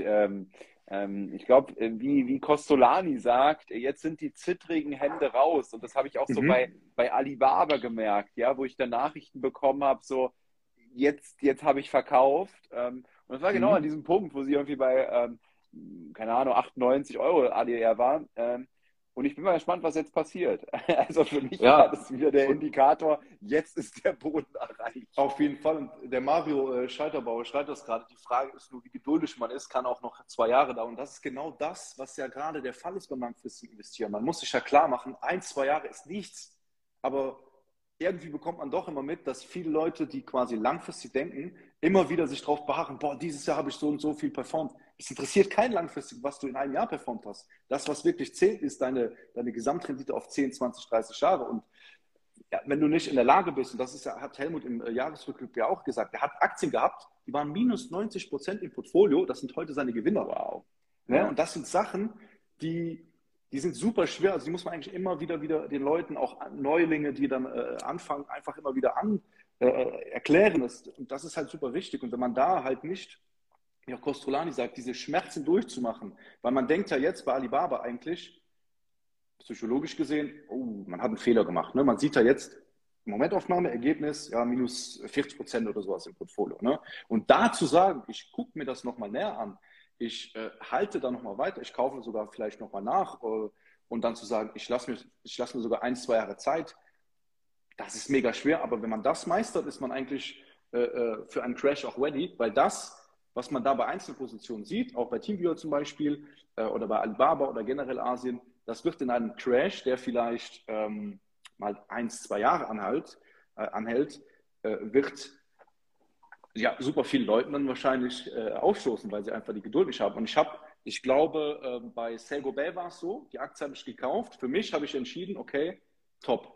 Ich glaube, wie Costolani sagt, jetzt sind die zittrigen Hände raus. Und das habe ich auch so bei Alibaba gemerkt, ja, wo ich dann Nachrichten bekommen habe, so, jetzt habe ich verkauft. Und das war genau an diesem Punkt, wo sie irgendwie bei, keine Ahnung, 98 Euro ADR war. Und ich bin mal gespannt, was jetzt passiert. Also für mich war das wieder der Indikator, jetzt ist der Boden erreicht. Auf jeden Fall. Und der Mario Scheiterbauer schreibt das gerade. Die Frage ist nur, wie geduldig man ist, kann auch noch 2 Jahre dauern. Und das ist genau das, was ja gerade der Fall ist beim langfristigen Investieren. Man muss sich ja klar machen, 1, 2 Jahre ist nichts. Aber irgendwie bekommt man doch immer mit, dass viele Leute, die quasi langfristig denken, immer wieder sich darauf beharren, boah, dieses Jahr habe ich so und so viel performt. Es interessiert kein langfristig, was du in einem Jahr performt hast. Das, was wirklich zählt, ist deine Gesamtrendite auf 10, 20, 30 Jahre. Und ja, wenn du nicht in der Lage bist, und das ist ja, hat Helmut im Jahresrückblick ja auch gesagt, er hat Aktien gehabt, die waren minus 90% im Portfolio, das sind heute seine Gewinner. Wow. Ja, und das sind Sachen, die sind super schwer, also die muss man eigentlich immer wieder den Leuten, auch Neulinge, die dann anfangen, einfach immer wieder erklären. Und das ist halt super wichtig. Und wenn man da halt nicht, wie auch Costolani sagt, diese Schmerzen durchzumachen, weil man denkt ja jetzt bei Alibaba eigentlich, psychologisch gesehen, oh, man hat einen Fehler gemacht. Ne? Man sieht ja jetzt, Momentaufnahme, Ergebnis, ja, minus 40% oder sowas im Portfolio. Ne? Und da zu sagen, ich gucke mir das nochmal näher an, ich halte da nochmal weiter, ich kaufe sogar vielleicht nochmal nach und dann zu sagen, ich lasse mir sogar 1, 2 Jahre Zeit, das ist mega schwer, aber wenn man das meistert, ist man eigentlich für einen Crash auch ready, weil das, was man da bei einzelnen Positionen sieht, auch bei TeamViewer zum Beispiel oder bei Alibaba oder generell Asien, das wird in einem Crash, der vielleicht mal 1, 2 Jahre anhält, wird ja super vielen Leuten dann wahrscheinlich aufstoßen, weil sie einfach die Geduld nicht haben. Und ich glaube, bei Saint-Gobain war es so, die Aktie habe ich gekauft. Für mich habe ich entschieden, okay, top.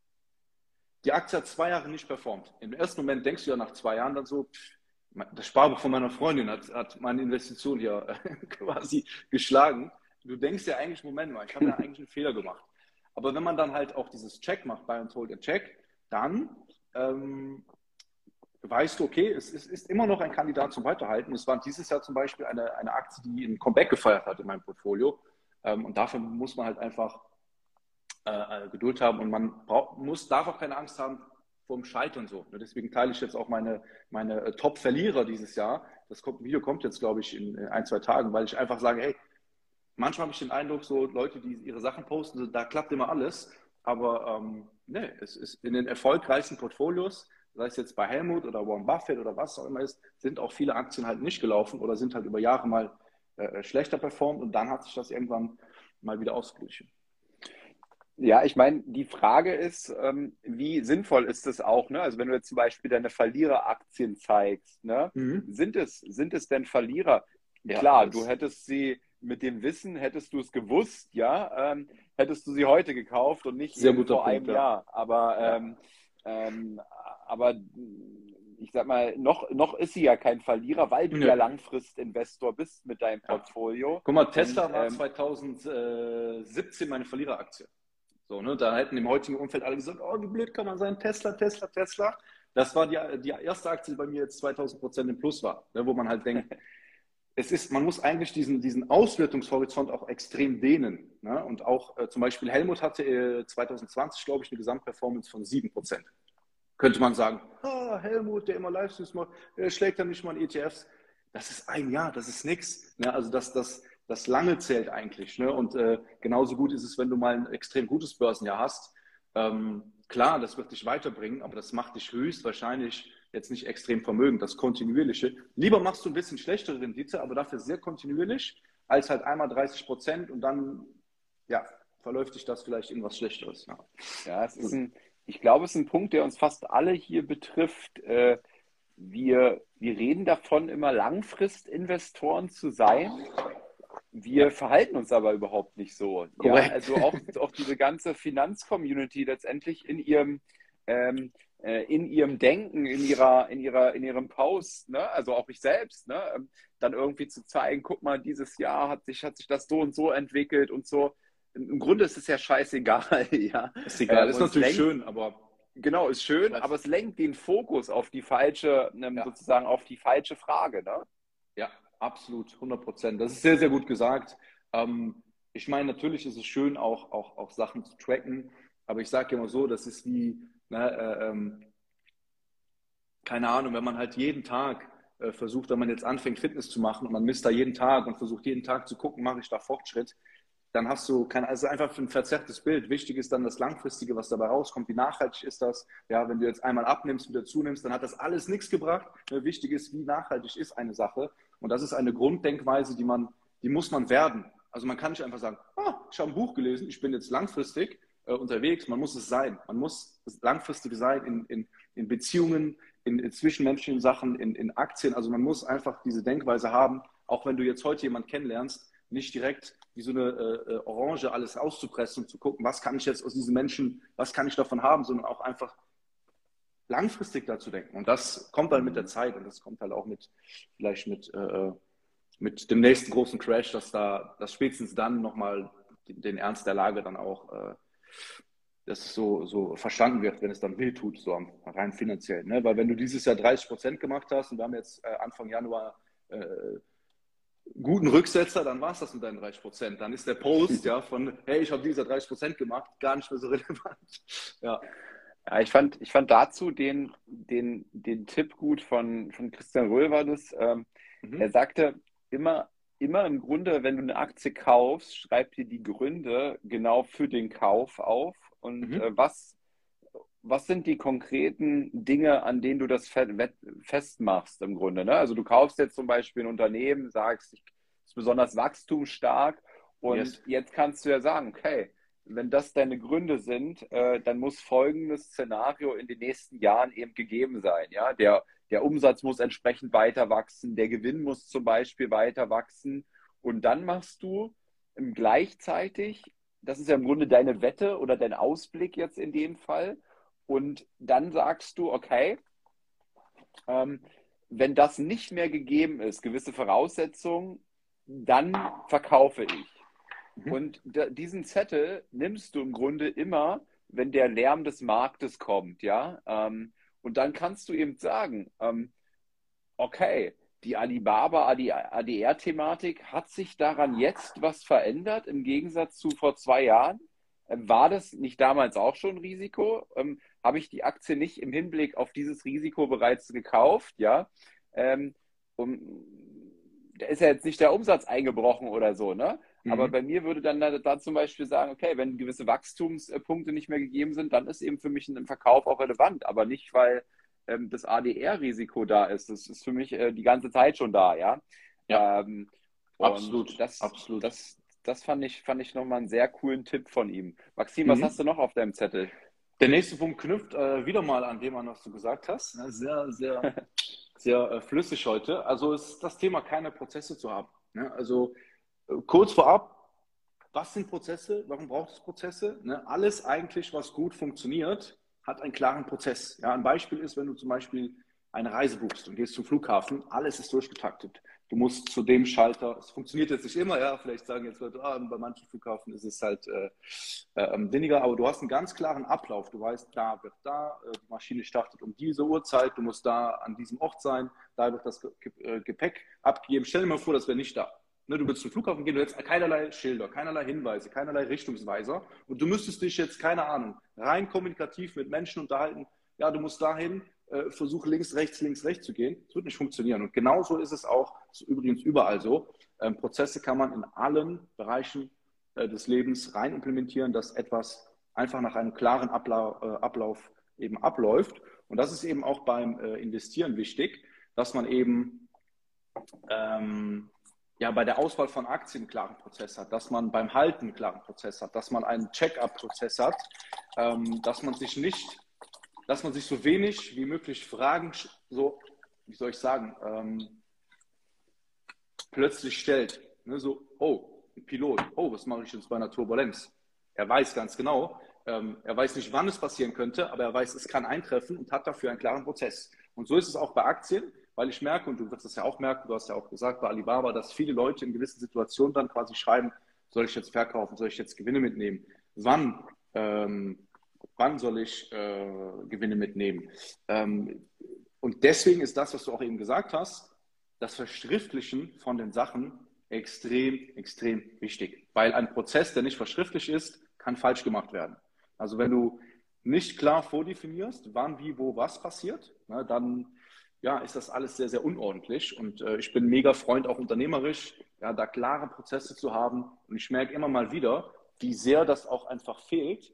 Die Aktie hat 2 Jahre nicht performt. Im ersten Moment denkst du ja nach 2 Jahren dann so, das Sparbuch von meiner Freundin hat meine Investition hier quasi geschlagen. Du denkst ja eigentlich, Moment mal, ich habe ja eigentlich einen Fehler gemacht. Aber wenn man dann halt auch dieses Check macht, Buy and Hold and Check, dann weißt du, okay, es ist immer noch ein Kandidat zum Weiterhalten. Es war dieses Jahr zum Beispiel eine Aktie, die ein Comeback gefeiert hat in meinem Portfolio. Und dafür muss man halt einfach Geduld haben und man darf auch keine Angst haben vor dem Scheitern so. Deswegen teile ich jetzt auch meine Top-Verlierer dieses Jahr. Video kommt jetzt, glaube ich, in 1, 2 Tagen, weil ich einfach sage, hey, manchmal habe ich den Eindruck, so Leute, die ihre Sachen posten, da klappt immer alles. Aber ne, es ist in den erfolgreichsten Portfolios, sei es jetzt bei Helmut oder Warren Buffett oder was auch immer ist, sind auch viele Aktien halt nicht gelaufen oder sind halt über Jahre mal schlechter performt und dann hat sich das irgendwann mal wieder ausgeglichen. Ja, ich meine, die Frage ist, wie sinnvoll ist das auch, ne? Also wenn du jetzt zum Beispiel deine Verliereraktien zeigst, ne? Sind es denn Verlierer? Ja, klar, du hättest sie mit dem Wissen, hättest du es gewusst, ja, hättest du sie heute gekauft und nicht vor einem Jahr. Aber ich sag mal, noch ist sie ja kein Verlierer, weil du ja Langfristinvestor bist mit deinem Portfolio. Guck mal, Tesla war 2017 meine Verliereraktie. So, ne, da hätten im heutigen Umfeld alle gesagt, oh, wie blöd kann man sein, Tesla. Das war die erste Aktie, die bei mir jetzt 2000% im Plus war, ne, wo man halt denkt, man muss eigentlich diesen Auswertungshorizont auch extrem dehnen. Ne? Und auch zum Beispiel Helmut hatte 2020, glaube ich, eine Gesamtperformance von 7%. Könnte man sagen, Helmut, der immer Livestreams macht, schlägt dann nicht mal in ETFs. Das ist ein Jahr, das ist nichts. Ne? Also das lange zählt eigentlich. Ne? Und genauso gut ist es, wenn du mal ein extrem gutes Börsenjahr hast. Klar, das wird dich weiterbringen, aber das macht dich höchstwahrscheinlich jetzt nicht extrem vermögend, das Kontinuierliche. Lieber machst du ein bisschen schlechtere Rendite, aber dafür sehr kontinuierlich, als halt einmal 30% und dann, ja, verläuft sich das vielleicht in was Schlechteres. Ja, ja ich glaube, es ist ein Punkt, der uns fast alle hier betrifft. Wir reden davon, immer Langfristinvestoren zu sein. Wir verhalten uns aber überhaupt nicht so. Ja, also auch diese ganze Finanzcommunity letztendlich in ihrem Denken, in ihrem Post, ne? Also auch ich selbst, ne? Dann irgendwie zu zeigen, guck mal, dieses Jahr hat sich das so und so entwickelt und so. Im Grunde ist es ja scheißegal. Ja? Ist egal, ist natürlich schön, aber... Genau, ist schön, aber es lenkt den Fokus auf die falsche, sozusagen auf die falsche Frage, ne? Ja, absolut, 100%. Das ist sehr, sehr gut gesagt. Ich meine, natürlich ist es schön, auch Sachen zu tracken, aber ich sage immer so, das ist wie, keine Ahnung, wenn man halt jeden Tag versucht, wenn man jetzt anfängt, Fitness zu machen und man misst da jeden Tag und versucht jeden Tag zu gucken, mache ich da Fortschritt, dann hast du also einfach ein verzerrtes Bild. Wichtig ist dann das Langfristige, was dabei rauskommt. Wie nachhaltig ist das? Ja, wenn du jetzt einmal abnimmst, wieder zunimmst, dann hat das alles nichts gebracht. Wichtig ist, wie nachhaltig ist eine Sache. Und das ist eine Grunddenkweise, die muss man werden. Also man kann nicht einfach sagen, ich habe ein Buch gelesen, ich bin jetzt langfristig unterwegs. Man muss es sein. Man muss das Langfristige sein in Beziehungen, in zwischenmenschlichen Sachen, in Aktien. Also man muss einfach diese Denkweise haben, auch wenn du jetzt heute jemanden kennenlernst, nicht direkt wie so eine Orange alles auszupressen und zu gucken, was kann ich jetzt aus diesen Menschen, was kann ich davon haben, sondern auch einfach langfristig dazu denken. Und das kommt dann mit der Zeit und das kommt halt auch vielleicht mit dem nächsten großen Crash, dass spätestens dann nochmal den Ernst der Lage dann auch, dass es so verstanden wird, wenn es dann weh tut, so rein finanziell. Ne? Weil wenn du dieses Jahr 30% gemacht hast und wir haben jetzt Anfang Januar guten Rücksetzer, dann war es das mit deinen 30%. Dann ist der Post von, hey, ich habe dieser 30% gemacht, gar nicht mehr so relevant. Ja, ja ich fand dazu den Tipp gut von Christian Röhl war das. Er sagte, immer im Grunde, wenn du eine Aktie kaufst, schreib dir die Gründe genau für den Kauf auf und was sind die konkreten Dinge, an denen du das festmachst im Grunde? Ne? Also du kaufst jetzt zum Beispiel ein Unternehmen, sagst, es ist besonders wachstumsstark und jetzt kannst du ja sagen, okay, wenn das deine Gründe sind, dann muss folgendes Szenario in den nächsten Jahren eben gegeben sein. Ja? Der Umsatz muss entsprechend weiter wachsen, der Gewinn muss zum Beispiel weiter wachsen und dann machst du gleichzeitig, das ist ja im Grunde deine Wette oder dein Ausblick jetzt in dem Fall, und dann sagst du, okay, wenn das nicht mehr gegeben ist, gewisse Voraussetzungen, dann verkaufe ich. Und diesen Zettel nimmst du im Grunde immer, wenn der Lärm des Marktes kommt, ja. Und dann kannst du eben sagen, okay, die Alibaba ADR-Thematik, hat sich daran jetzt was verändert im Gegensatz zu vor 2 Jahren? War das nicht damals auch schon ein Risiko? Habe ich die Aktie nicht im Hinblick auf dieses Risiko bereits gekauft? Ja, da ist ja jetzt nicht der Umsatz eingebrochen oder so, ne? Aber bei mir würde dann da zum Beispiel sagen, okay, wenn gewisse Wachstumspunkte nicht mehr gegeben sind, dann ist eben für mich ein Verkauf auch relevant, aber nicht, weil das ADR-Risiko da ist. Das ist für mich die ganze Zeit schon da, ja. Absolut. Das fand ich nochmal einen sehr coolen Tipp von ihm. Maxim, was hast du noch auf deinem Zettel? Der nächste Punkt knüpft wieder mal an dem an, was du gesagt hast. Sehr, sehr, sehr flüssig heute. Also ist das Thema, keine Prozesse zu haben. Also kurz vorab, was sind Prozesse? Warum braucht es Prozesse? Alles eigentlich, was gut funktioniert, hat einen klaren Prozess. Ja, ein Beispiel ist, wenn du zum Beispiel eine Reise buchst und gehst zum Flughafen, alles ist durchgetaktet. Du musst zu dem Schalter, es funktioniert jetzt nicht immer, ja, vielleicht sagen jetzt Leute, bei manchen Flughafen ist es halt weniger, aber du hast einen ganz klaren Ablauf. Du weißt, da wird die Maschine startet um diese Uhrzeit, du musst da an diesem Ort sein, da wird das Gepäck abgegeben. Stell dir mal vor, das wäre nicht da. Du willst zum Flughafen gehen, du hättest keinerlei Schilder, keinerlei Hinweise, keinerlei Richtungsweiser und du müsstest dich jetzt, keine Ahnung, rein kommunikativ mit Menschen unterhalten. Ja, du musst dahin, versuche links, rechts zu gehen. Das wird nicht funktionieren. Und genauso ist es auch, ist übrigens überall so. Prozesse kann man in allen Bereichen des Lebens rein implementieren, dass etwas einfach nach einem klaren Ablauf eben abläuft. Und das ist eben auch beim Investieren wichtig, dass man eben bei der Auswahl von Aktien einen klaren Prozess hat, dass man beim Halten einen klaren Prozess hat, dass man einen Check-up-Prozess hat, dass man sich so wenig wie möglich Fragen, so, wie soll ich sagen, plötzlich stellt. Ne, so, oh, ein Pilot, oh, was mache ich jetzt bei einer Turbulenz? Er weiß ganz genau, er weiß nicht, wann es passieren könnte, aber er weiß, es kann eintreffen und hat dafür einen klaren Prozess. Und so ist es auch bei Aktien, weil ich merke, und du wirst es ja auch merken, du hast ja auch gesagt bei Alibaba, dass viele Leute in gewissen Situationen dann quasi schreiben, soll ich jetzt verkaufen, soll ich jetzt Gewinne mitnehmen? Wann soll ich Gewinne mitnehmen? Und deswegen ist das, was du auch eben gesagt hast, das Verschriftlichen von den Sachen extrem, extrem wichtig. Weil ein Prozess, der nicht verschriftlich ist, kann falsch gemacht werden. Also wenn du nicht klar vordefinierst, wann, wie, wo, was passiert, dann ist das alles sehr, sehr unordentlich. Und ich bin mega Freund, auch unternehmerisch, da klare Prozesse zu haben. Und ich merke immer mal wieder, wie sehr das auch einfach fehlt.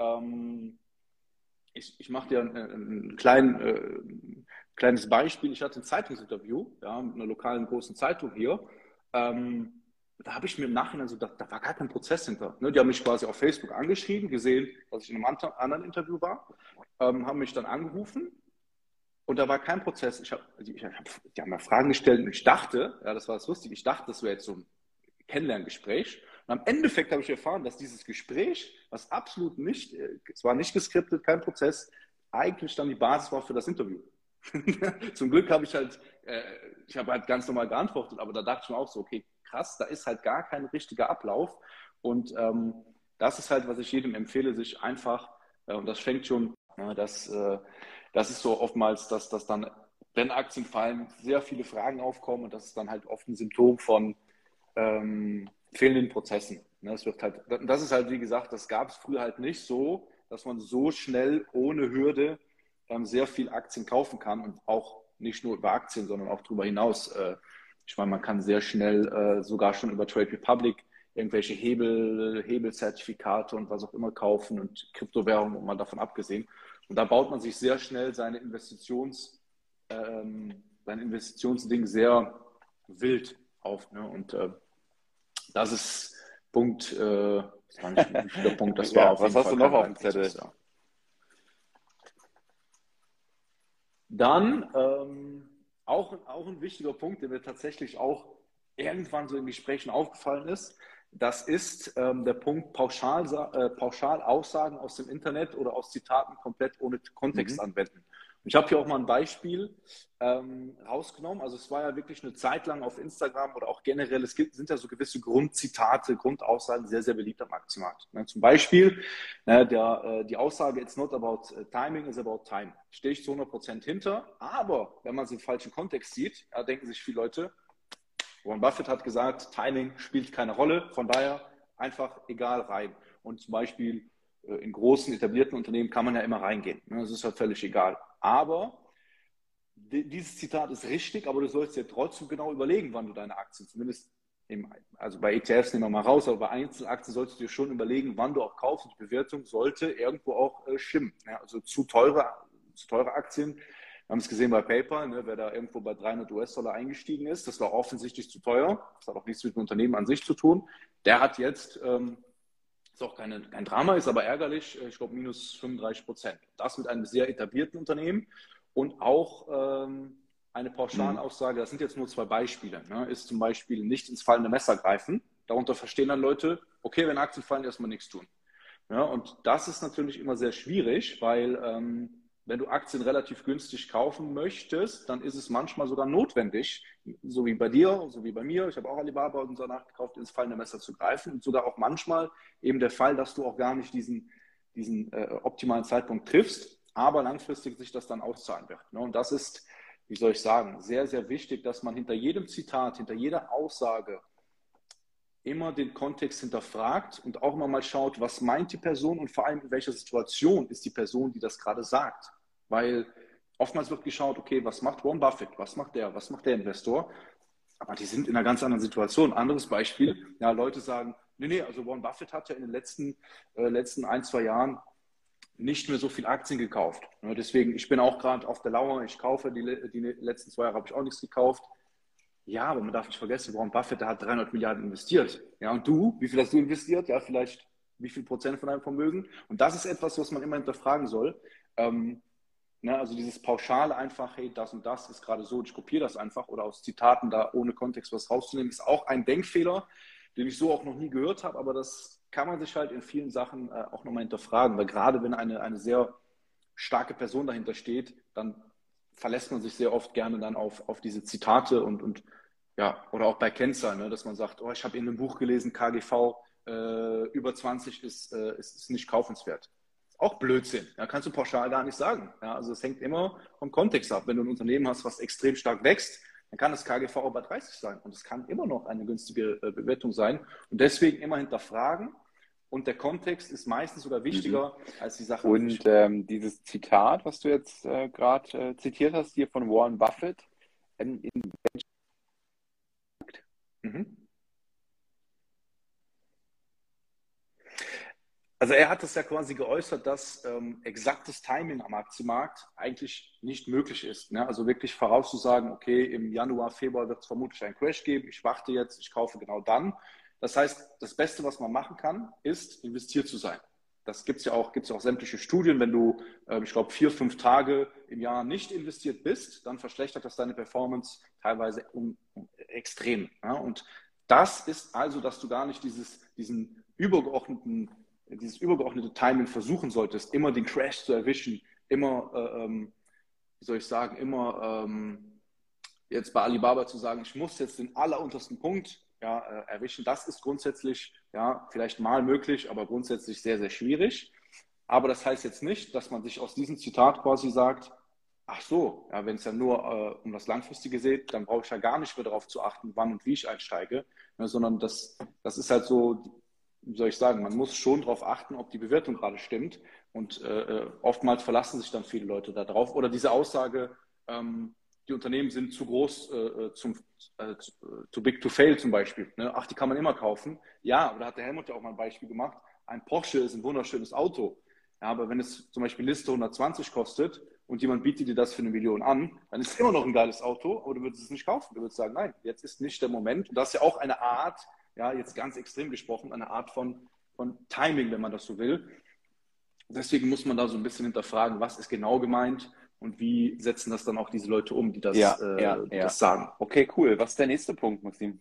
Ich mache dir ein kleines Beispiel. Ich hatte ein Zeitungsinterview mit einer lokalen großen Zeitung hier. Da habe ich mir im Nachhinein so gedacht, da war gar kein Prozess hinter. Ne? Die haben mich quasi auf Facebook angeschrieben, gesehen, dass ich in einem anderen Interview war, haben mich dann angerufen und da war kein Prozess. Die haben mir Fragen gestellt und ich dachte, das war das Lustige, ich dachte, das wäre jetzt so ein Kennenlerngespräch. Und am Endeffekt habe ich erfahren, dass dieses Gespräch, was absolut nicht, es war nicht geskriptet, kein Prozess, eigentlich dann die Basis war für das Interview. Zum Glück habe ich halt ganz normal geantwortet, aber da dachte ich mir auch so, okay, krass, da ist halt gar kein richtiger Ablauf und das ist halt, was ich jedem empfehle, sich einfach, und das fängt schon, das ist so oftmals, dass dann, wenn Aktien fallen, sehr viele Fragen aufkommen und das ist dann halt oft ein Symptom von fehlenden Prozessen. Das ist halt, wie gesagt, das gab es früher halt nicht so, dass man so schnell ohne Hürde sehr viel Aktien kaufen kann und auch nicht nur über Aktien, sondern auch darüber hinaus. Ich meine, man kann sehr schnell sogar schon über Trade Republic irgendwelche Hebelzertifikate und was auch immer kaufen und Kryptowährungen, mal davon abgesehen. Und da baut man sich sehr schnell sein Investitionsding sehr wild auf. Ne? Und das ist Punkt, das war nicht ein wichtiger Punkt, das war auf jeden Fall. Was hast du noch auf dem Zettel? Dann auch ein wichtiger Punkt, der mir tatsächlich auch irgendwann so in Gesprächen aufgefallen ist, das ist der Punkt Pauschalaussagen aus dem Internet oder aus Zitaten komplett ohne Kontext anwenden. Und ich habe hier auch mal ein Beispiel rausgenommen. Also es war ja wirklich eine Zeit lang auf Instagram oder auch generell, sind ja so gewisse Grundzitate, Grundaussagen sehr, sehr beliebt am Aktienmarkt. Zum Beispiel die Aussage, it's not about timing, it's about time. Stehe ich zu 100% hinter, aber wenn man es im falschen Kontext sieht, denken sich viele Leute, Warren Buffett hat gesagt, Timing spielt keine Rolle, von daher einfach egal rein. Und zum Beispiel in großen, etablierten Unternehmen kann man ja immer reingehen. Das ist halt völlig egal. Aber dieses Zitat ist richtig, aber du sollst dir trotzdem genau überlegen, wann du deine Aktien, zumindest also bei ETFs nehmen wir mal raus, aber bei Einzelaktien solltest du dir schon überlegen, wann du auch kaufst. Und die Bewertung sollte irgendwo auch stimmen. Also zu teure Aktien, wir haben es gesehen bei PayPal, wer da irgendwo bei $300 eingestiegen ist, das war offensichtlich zu teuer. Das hat auch nichts mit dem Unternehmen an sich zu tun. Der hat jetzt, ist auch kein Drama, ist aber ärgerlich, ich glaube minus 35%. Das mit einem sehr etablierten Unternehmen und auch eine Pauschalaussage, das sind jetzt nur 2 Beispiele, ist zum Beispiel nicht ins fallende Messer greifen. Darunter verstehen dann Leute, okay, wenn Aktien fallen, erstmal nichts tun. Ja, und das ist natürlich immer sehr schwierig, weil wenn du Aktien relativ günstig kaufen möchtest, dann ist es manchmal sogar notwendig, so wie bei dir, so wie bei mir, ich habe auch Alibaba und danach gekauft, ins fallende Messer zu greifen. Und sogar auch manchmal eben der Fall, dass du auch gar nicht diesen optimalen Zeitpunkt triffst, aber langfristig sich das dann auszahlen wird. Und das ist, wie soll ich sagen, sehr, sehr wichtig, dass man hinter jedem Zitat, hinter jeder Aussage immer den Kontext hinterfragt und auch immer mal schaut, was meint die Person und vor allem in welcher Situation ist die Person, die das gerade sagt. Weil oftmals wird geschaut, okay, was macht Warren Buffett, was macht der Investor? Aber die sind in einer ganz anderen Situation. Anderes Beispiel, Leute sagen, Nee, also Warren Buffett hat ja in den letzten 1, 2 Jahren nicht mehr so viel Aktien gekauft. Ja, deswegen, ich bin auch gerade auf der Lauer, ich kaufe, die letzten 2 Jahre habe ich auch nichts gekauft. Ja, aber man darf nicht vergessen, Warren Buffett, der hat 300 Milliarden investiert. Ja, und du, wie viel hast du investiert? Ja, vielleicht wie viel Prozent von deinem Vermögen? Und das ist etwas, was man immer hinterfragen soll. Also dieses Pauschale einfach, hey, das und das ist gerade so, und ich kopiere das einfach, oder aus Zitaten da ohne Kontext was rauszunehmen, ist auch ein Denkfehler, den ich so auch noch nie gehört habe, aber das kann man sich halt in vielen Sachen auch nochmal hinterfragen, weil gerade wenn eine sehr starke Person dahinter steht, dann verlässt man sich sehr oft gerne dann auf diese Zitate und ja, oder auch bei Kennzahlen, ne, dass man sagt, oh, ich habe in einem Buch gelesen, KGV über 20 ist nicht kaufenswert. Auch Blödsinn. Ja, kannst du pauschal gar nicht sagen. Ja, also es hängt immer vom Kontext ab. Wenn du ein Unternehmen hast, was extrem stark wächst, dann kann das KGV über 30 sein. Und es kann immer noch eine günstige Bewertung sein. Und deswegen immer hinterfragen. Und der Kontext ist meistens sogar wichtiger als die Sache. Und dieses Zitat, was du jetzt gerade zitiert hast, hier von Warren Buffett, in Also er hat es ja quasi geäußert, dass exaktes Timing am Aktienmarkt eigentlich nicht möglich ist. Ne? Also wirklich vorauszusagen, okay, im Januar, Februar wird es vermutlich einen Crash geben, ich warte jetzt, ich kaufe genau dann. Das heißt, das Beste, was man machen kann, ist investiert zu sein. Das gibt's ja auch sämtliche Studien. Wenn du, ich glaube, 4, 5 Tage im Jahr nicht investiert bist, dann verschlechtert das deine Performance teilweise extrem. Ja? Und das ist also, dass du gar nicht dieses übergeordnete Timing versuchen solltest, immer den Crash zu erwischen, immer, jetzt bei Alibaba zu sagen, ich muss jetzt den alleruntersten Punkt erwischen. Das ist grundsätzlich vielleicht mal möglich, aber grundsätzlich sehr, sehr schwierig. Aber das heißt jetzt nicht, dass man sich aus diesem Zitat quasi sagt, ach so, ja, wenn es ja nur um das Langfristige geht, dann brauche ich ja gar nicht mehr darauf zu achten, wann und wie ich einsteige, sondern das ist halt so, wie soll ich sagen, man muss schon darauf achten, ob die Bewertung gerade stimmt. Und oftmals verlassen sich dann viele Leute darauf. Oder diese Aussage, die Unternehmen sind zu groß, too big to fail zum Beispiel. Ne? Ach, die kann man immer kaufen. Ja, aber da hat der Helmut ja auch mal ein Beispiel gemacht. Ein Porsche ist ein wunderschönes Auto. Ja, aber wenn es zum Beispiel Liste 120 kostet und jemand bietet dir das für 1 Million an, dann ist es immer noch ein geiles Auto, aber du würdest es nicht kaufen. Du würdest sagen, nein, jetzt ist nicht der Moment. Und das ist ja auch eine Art, ja, jetzt ganz extrem gesprochen, eine Art von Timing, wenn man das so will. Deswegen muss man da so ein bisschen hinterfragen, was ist genau gemeint und wie setzen das dann auch diese Leute um, die das, das sagen. Okay, cool. Was ist der nächste Punkt, Maxim?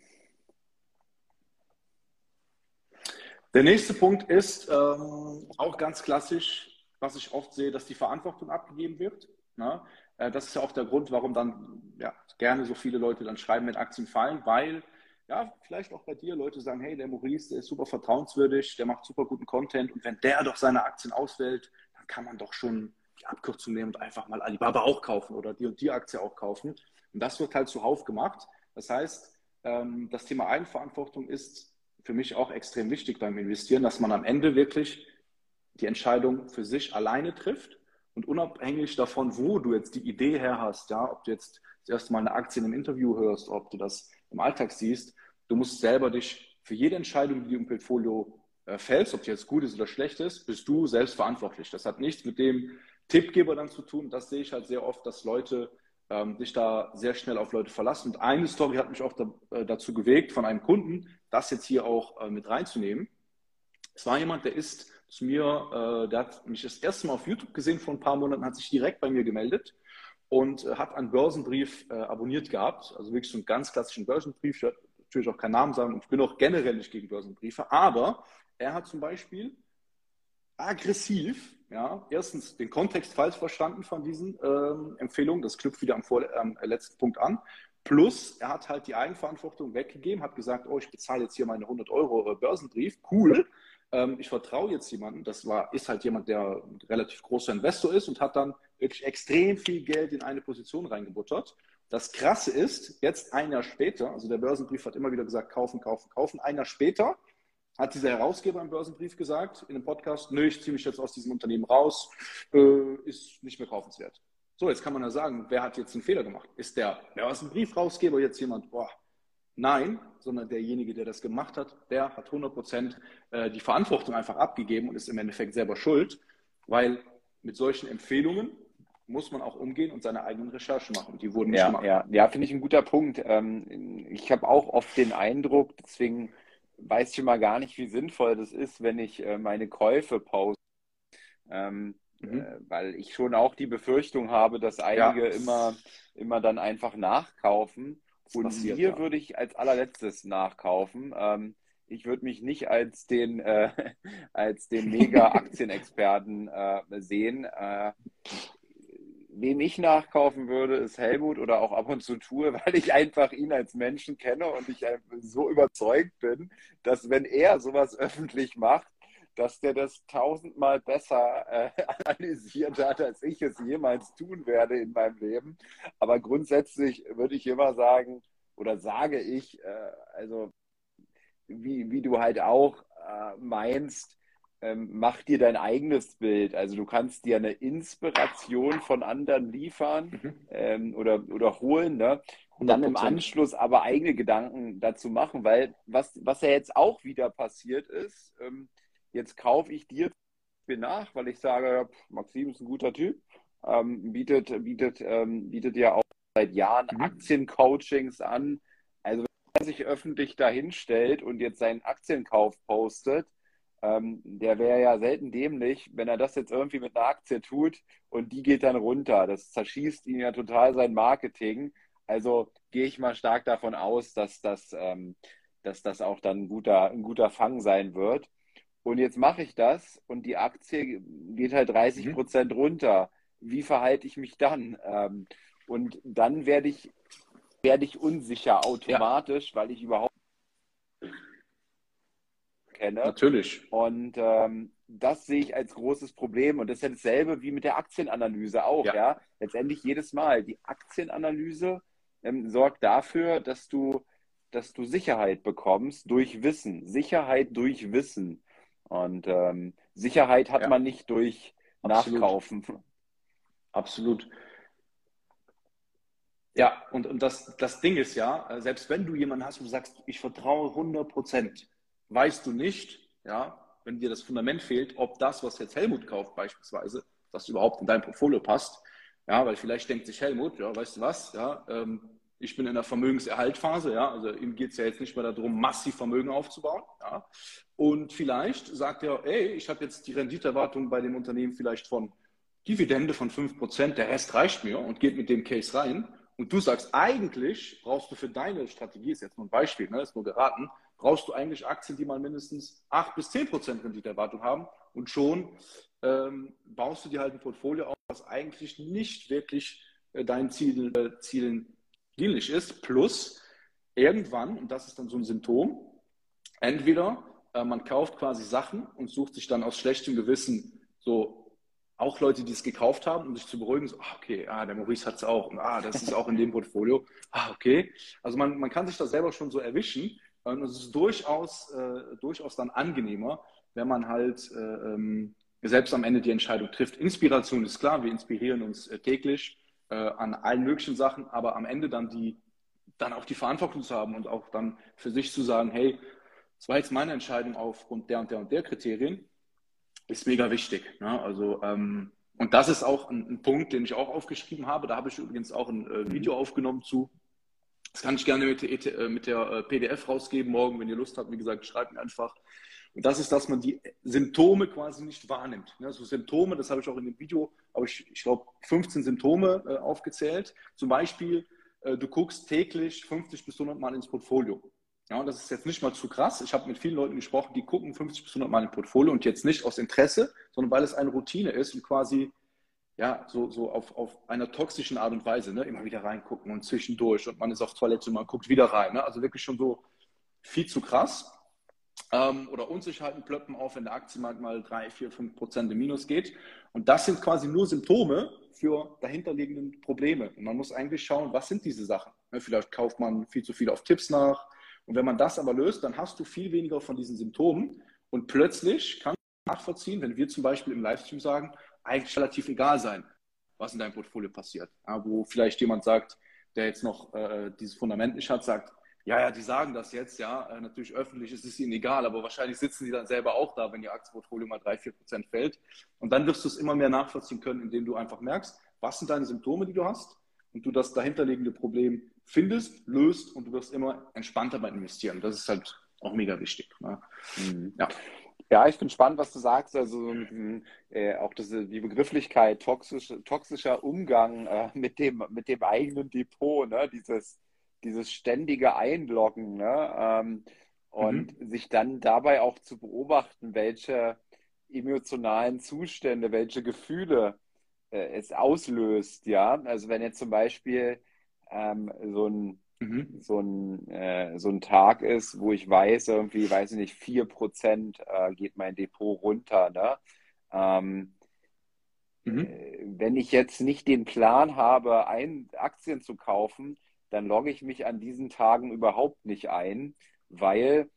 Der nächste Punkt ist auch ganz klassisch, was ich oft sehe, dass die Verantwortung abgegeben wird. Na? Das ist ja auch der Grund, warum dann gerne so viele Leute dann schreiben, wenn Aktien fallen, weil vielleicht auch bei dir Leute sagen, hey, der Maurice, der ist super vertrauenswürdig, der macht super guten Content und wenn der doch seine Aktien auswählt, dann kann man doch schon die Abkürzung nehmen und einfach mal Alibaba auch kaufen oder die und die Aktie auch kaufen. Und das wird halt zuhauf gemacht. Das heißt, das Thema Eigenverantwortung ist für mich auch extrem wichtig beim Investieren, dass man am Ende wirklich die Entscheidung für sich alleine trifft und unabhängig davon, wo du jetzt die Idee her hast, ob du jetzt das erste Mal eine Aktie in einem Interview hörst, ob du das im Alltag siehst, du musst selber dich für jede Entscheidung, die du im Portfolio fällst, ob die jetzt gut ist oder schlecht ist, bist du selbst verantwortlich. Das hat nichts mit dem Tippgeber dann zu tun. Das sehe ich halt sehr oft, dass Leute sich da sehr schnell auf Leute verlassen. Und eine Story hat mich auch dazu bewegt, von einem Kunden, das jetzt hier auch mit reinzunehmen. Es war jemand, der ist zu mir, der hat mich das erste Mal auf YouTube gesehen vor ein paar Monaten, hat sich direkt bei mir gemeldet und hat einen Börsenbrief abonniert gehabt, also wirklich so einen ganz klassischen Börsenbrief. Ich werde natürlich auch keinen Namen sagen und ich bin auch generell nicht gegen Börsenbriefe, aber er hat zum Beispiel aggressiv, erstens den Kontext falsch verstanden von diesen Empfehlungen, das knüpft wieder am letzten Punkt an, plus er hat halt die Eigenverantwortung weggegeben, hat gesagt, oh, ich bezahle jetzt hier meine 100 Euro Börsenbrief, cool, ich vertraue jetzt jemandem, ist halt jemand, der ein relativ großer Investor ist und hat dann wirklich extrem viel Geld in eine Position reingebuttert. Das Krasse ist, jetzt ein Jahr später, also der Börsenbrief hat immer wieder gesagt, kaufen, kaufen, kaufen. Ein Jahr später hat dieser Herausgeber im Börsenbrief gesagt, in einem Podcast, nö, ich ziehe mich jetzt aus diesem Unternehmen raus, ist nicht mehr kaufenswert. So, jetzt kann man ja sagen, wer hat jetzt einen Fehler gemacht? Ist der Börsenbriefrausgeber jetzt jemand, Nein, sondern derjenige, der das gemacht hat, der hat 100% die Verantwortung einfach abgegeben und ist im Endeffekt selber schuld, weil mit solchen Empfehlungen muss man auch umgehen und seine eigenen Recherchen machen. Und die wurden nicht gemacht. Ja, finde ich ein guter Punkt. Ich habe auch oft den Eindruck, deswegen weiß ich immer gar nicht, wie sinnvoll das ist, wenn ich meine Käufe poste. Weil ich schon auch die Befürchtung habe, dass einige immer dann einfach nachkaufen. Und hier würde ich als allerletztes nachkaufen. Ich würde mich nicht als den Mega-Aktienexperten sehen. Wen ich nachkaufen würde, ist Helmut oder auch ab und zu tue, weil ich einfach ihn als Menschen kenne und ich so überzeugt bin, dass wenn er sowas öffentlich macht, dass der das 1000-mal besser analysiert hat, als ich es jemals tun werde in meinem Leben. Aber grundsätzlich würde ich immer sagen, oder sage ich, also wie du halt auch meinst, mach dir dein eigenes Bild. Also du kannst dir eine Inspiration von anderen liefern oder holen, ne? Und dann im Anschluss aber eigene Gedanken dazu machen, weil was ja jetzt auch wieder passiert ist, jetzt kaufe ich dir nach, weil ich sage, ja, Maxim ist ein guter Typ, bietet ja auch seit Jahren Aktiencoachings an. Also wenn er sich öffentlich dahinstellt und jetzt seinen Aktienkauf postet, der wäre ja selten dämlich, wenn er das jetzt irgendwie mit einer Aktie tut und die geht dann runter. Das zerschießt ihn ja total sein Marketing. Also gehe ich mal stark davon aus, dass das auch dann ein guter Fang sein wird. Und jetzt mache ich das und die Aktie geht halt 30% runter. Wie verhalte ich mich dann? Und dann werde ich unsicher automatisch, weil ich überhaupt kenne. Natürlich. Und das sehe ich als großes Problem. Und das ist ja dasselbe wie mit der Aktienanalyse auch. Ja. Letztendlich jedes Mal. Die Aktienanalyse sorgt dafür, dass du Sicherheit bekommst durch Wissen. Sicherheit durch Wissen. Und Sicherheit hat man nicht durch Nachkaufen. Absolut. Ja, und das Ding ist ja, selbst wenn du jemanden hast, wo du sagst, ich vertraue 100%, weißt du nicht, wenn dir das Fundament fehlt, ob das, was jetzt Helmut kauft beispielsweise, das überhaupt in dein Portfolio passt. Ja, weil vielleicht denkt sich Helmut, weißt du was, ich bin in der Vermögenserhaltphase, also ihm geht es ja jetzt nicht mehr darum, massiv Vermögen aufzubauen. Ja. Und vielleicht sagt er, ich habe jetzt die Renditeerwartung bei dem Unternehmen vielleicht von Dividende von 5%, der Rest reicht mir und geht mit dem Case rein. Und du sagst, eigentlich brauchst du für deine Strategie, ist jetzt nur ein Beispiel, ist nur geraten, brauchst du eigentlich Aktien, die mal mindestens 8-10% Renditeerwartung haben und schon baust du dir halt ein Portfolio auf, was eigentlich nicht wirklich deinen Zielen dienlich ist. Plus irgendwann, und das ist dann so ein Symptom, entweder man kauft quasi Sachen und sucht sich dann aus schlechtem Gewissen so auch Leute, die es gekauft haben, um sich zu beruhigen, so, okay, der Maurice hat es auch, und das ist auch in dem Portfolio, okay. Also man kann sich das selber schon so erwischen und es ist durchaus dann angenehmer, wenn man halt selbst am Ende die Entscheidung trifft. Inspiration ist klar, wir inspirieren uns täglich an allen möglichen Sachen, aber am Ende dann auch die Verantwortung zu haben und auch dann für sich zu sagen, hey, das war jetzt meine Entscheidung aufgrund der und der Kriterien, ist mega wichtig. Ne? Also, und das ist auch ein Punkt, den ich auch aufgeschrieben habe. Da habe ich übrigens auch ein Video aufgenommen zu. Das kann ich gerne mit der PDF rausgeben morgen, wenn ihr Lust habt. Wie gesagt, schreibt mir einfach. Und das ist, dass man die Symptome quasi nicht wahrnimmt. Ne? So Symptome, das habe ich auch in dem Video, ich glaube 15 Symptome aufgezählt. Zum Beispiel, du guckst täglich 50 bis 100 Mal ins Portfolio. Ja, und das ist jetzt nicht mal zu krass. Ich habe mit vielen Leuten gesprochen, die gucken 50 bis 100 Mal im Portfolio und jetzt nicht aus Interesse, sondern weil es eine Routine ist und quasi so auf einer toxischen Art und Weise, ne? Immer wieder reingucken und zwischendurch und man ist auf Toilette und man guckt wieder rein. Ne? Also wirklich schon so viel zu krass. Oder Unsicherheiten plöppen auf, wenn der Aktienmarkt mal 3, 4, 5% im Minus geht. Und das sind quasi nur Symptome für dahinterliegende Probleme. Und man muss eigentlich schauen, was sind diese Sachen? Ne? Vielleicht kauft man viel zu viel auf Tipps nach. Und wenn man das aber löst, dann hast du viel weniger von diesen Symptomen und plötzlich kannst du nachvollziehen, wenn wir zum Beispiel im Livestream sagen, eigentlich relativ egal sein, was in deinem Portfolio passiert. Ja, wo vielleicht jemand sagt, der jetzt noch dieses Fundament nicht hat, sagt, ja, die sagen das jetzt, ja, natürlich öffentlich, es ist ihnen egal, aber wahrscheinlich sitzen sie dann selber auch da, wenn ihr Aktienportfolio mal 3-4% fällt. Und dann wirst du es immer mehr nachvollziehen können, indem du einfach merkst, was sind deine Symptome, die du hast, und du das dahinterliegende Problem findest, löst, und du wirst immer entspannter beim Investieren. Das ist halt auch mega wichtig. Ne? Ja. Ja, ich finde spannend, was du sagst. Also auch die Begrifflichkeit toxischer Umgang mit dem eigenen Depot, ne? Dieses ständige Einloggen, ne? Und sich dann dabei auch zu beobachten, welche emotionalen Zustände, welche Gefühle es auslöst, ja. Also wenn jetzt zum Beispiel so ein Tag ist, wo ich weiß, irgendwie, weiß ich nicht, 4% geht mein Depot runter, ne? Wenn ich jetzt nicht den Plan habe, Aktien zu kaufen, dann logge ich mich an diesen Tagen überhaupt nicht ein, weil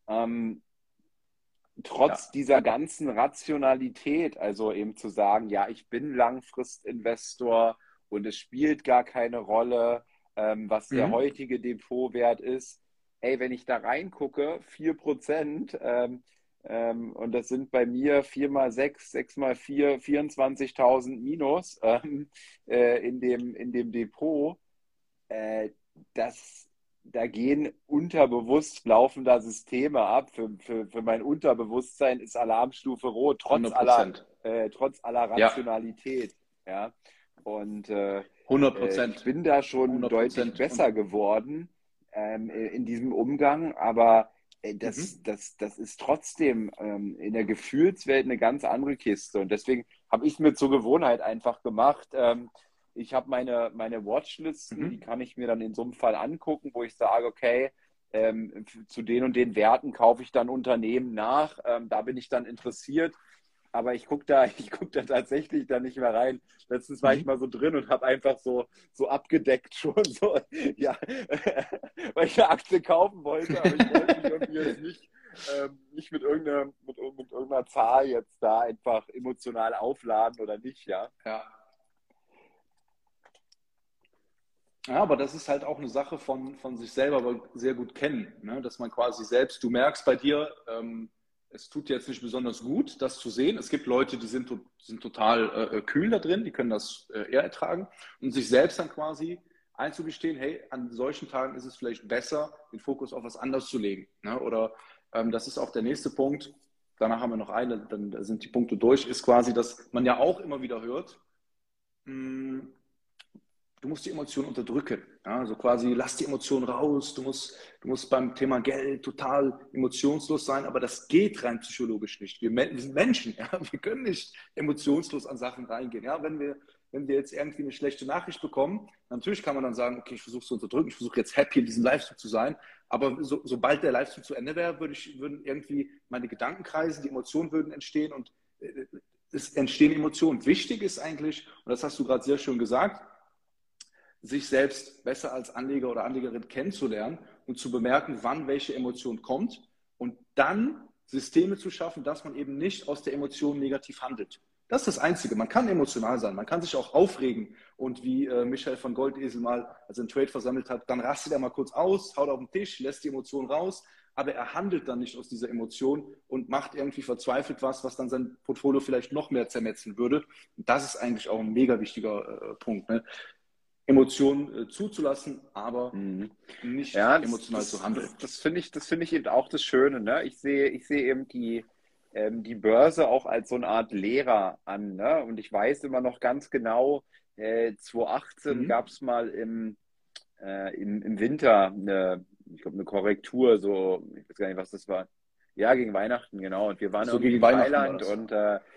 trotz dieser ganzen Rationalität, also eben zu sagen, ja, ich bin Langfristinvestor und es spielt gar keine Rolle, was der heutige Depotwert ist. Ey, wenn ich da reingucke, 4%, und das sind bei mir 4 mal 6, 6 mal 4, 24.000 minus in dem Depot, da gehen unterbewusst laufender Systeme ab. Für mein Unterbewusstsein ist Alarmstufe rot, trotz aller Rationalität. Ja. Und 100%. ich bin da schon 100%. deutlich besser geworden in diesem Umgang, aber das ist trotzdem in der Gefühlswelt eine ganz andere Kiste. Und deswegen habe ich es mir zur Gewohnheit einfach gemacht. Ich habe meine Watchlisten, die kann ich mir dann in so einem Fall angucken, wo ich sage, okay, zu den und den Werten kaufe ich dann Unternehmen nach. Da bin ich dann interessiert. Aber ich gucke da tatsächlich dann nicht mehr rein. Letztens war ich mal so drin und habe einfach so abgedeckt schon, so, ja, weil ich eine Aktie kaufen wollte, aber ich wollte mich irgendwie jetzt nicht mit irgendeiner Zahl jetzt da einfach emotional aufladen oder nicht, ja. Ja, aber das ist halt auch eine Sache von sich selber aber sehr gut kennen, ne? Dass man quasi selbst, du merkst bei dir, es tut jetzt nicht besonders gut, das zu sehen. Es gibt Leute, die sind total kühl da drin, die können das eher ertragen. Und sich selbst dann quasi einzugestehen, hey, an solchen Tagen ist es vielleicht besser, den Fokus auf was anderes zu legen. Ne? Oder das ist auch der nächste Punkt. Danach haben wir noch eine, dann sind die Punkte durch, ist quasi, dass man ja auch immer wieder hört, du musst die Emotionen unterdrücken. Ja? Also quasi lass die Emotionen raus. Du musst beim Thema Geld total emotionslos sein, aber das geht rein psychologisch nicht. Wir sind Menschen, ja? Wir können nicht emotionslos an Sachen reingehen. Ja? Wenn wir jetzt irgendwie eine schlechte Nachricht bekommen, natürlich kann man dann sagen, okay, ich versuche es zu unterdrücken, ich versuche jetzt happy in diesem Livestream zu sein, aber sobald der Livestream zu Ende wäre, würden irgendwie meine Gedanken kreisen, die Emotionen würden entstehen und es entstehen Emotionen. Wichtig ist eigentlich, und das hast du gerade sehr schön gesagt, sich selbst besser als Anleger oder Anlegerin kennenzulernen und zu bemerken, wann welche Emotion kommt und dann Systeme zu schaffen, dass man eben nicht aus der Emotion negativ handelt. Das ist das Einzige. Man kann emotional sein, man kann sich auch aufregen und wie Michael von Goldesel mal, als er einen Trade versammelt hat, dann rastet er mal kurz aus, haut auf den Tisch, lässt die Emotion raus, aber er handelt dann nicht aus dieser Emotion und macht irgendwie verzweifelt was dann sein Portfolio vielleicht noch mehr zermetzen würde. Und das ist eigentlich auch ein mega wichtiger Punkt, ne? Emotionen zuzulassen, aber nicht emotional zu handeln. Das finde ich eben auch das Schöne. Ne? Ich sehe eben die Börse auch als so eine Art Lehrer an. Ne? Und ich weiß immer noch ganz genau, 2018 gab es mal im Winter eine Korrektur, so, ich weiß gar nicht, was das war. Ja, gegen Weihnachten, genau. Und wir waren so irgendwie in Thailand und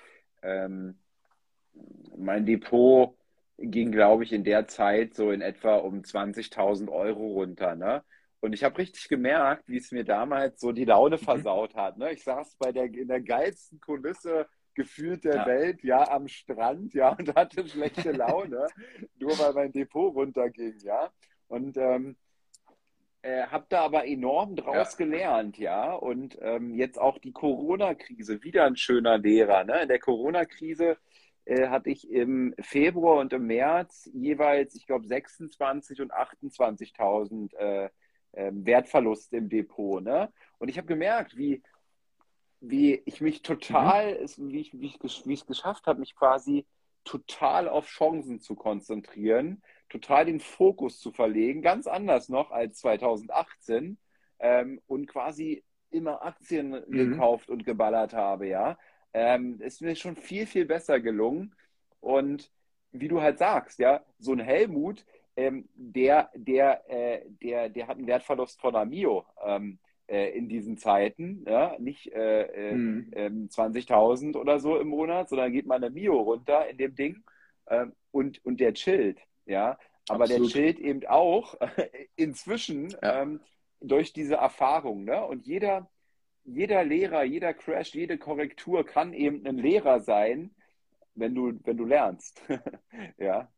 mein Depot ging, glaube ich, in der Zeit so in etwa um 20.000 Euro runter, ne? Und ich habe richtig gemerkt, wie es mir damals so die Laune versaut hat, ne? Ich saß in der geilsten Kulisse gefühlt der Welt, ja, am Strand, ja, und hatte schlechte Laune, nur weil mein Depot runterging, ja. Und habe da aber enorm draus gelernt, ja. Und jetzt auch die Corona-Krise, wieder ein schöner Lehrer, ne? In der Corona-Krise hatte ich im Februar und im März jeweils, ich glaube, 26.000 und 28.000 Wertverlust im Depot. Ne? Und ich habe gemerkt, wie ich mich total, wie ich es geschafft habe, mich quasi total auf Chancen zu konzentrieren, total den Fokus zu verlegen, ganz anders noch als 2018 und quasi immer Aktien gekauft und geballert habe, ja. Ist mir schon viel, viel besser gelungen. Und wie du halt sagst, ja, so ein Helmut, der hat einen Wertverlust von einer Mio in diesen Zeiten, ja, nicht 20.000 oder so im Monat, sondern geht mal eine Mio runter in dem Ding und der chillt, ja. Aber Absolut. der chillt eben auch inzwischen durch diese Erfahrung, ne? Und jeder Lehrer, jeder Crash, jede Korrektur kann eben ein Lehrer sein, wenn du lernst. Ja.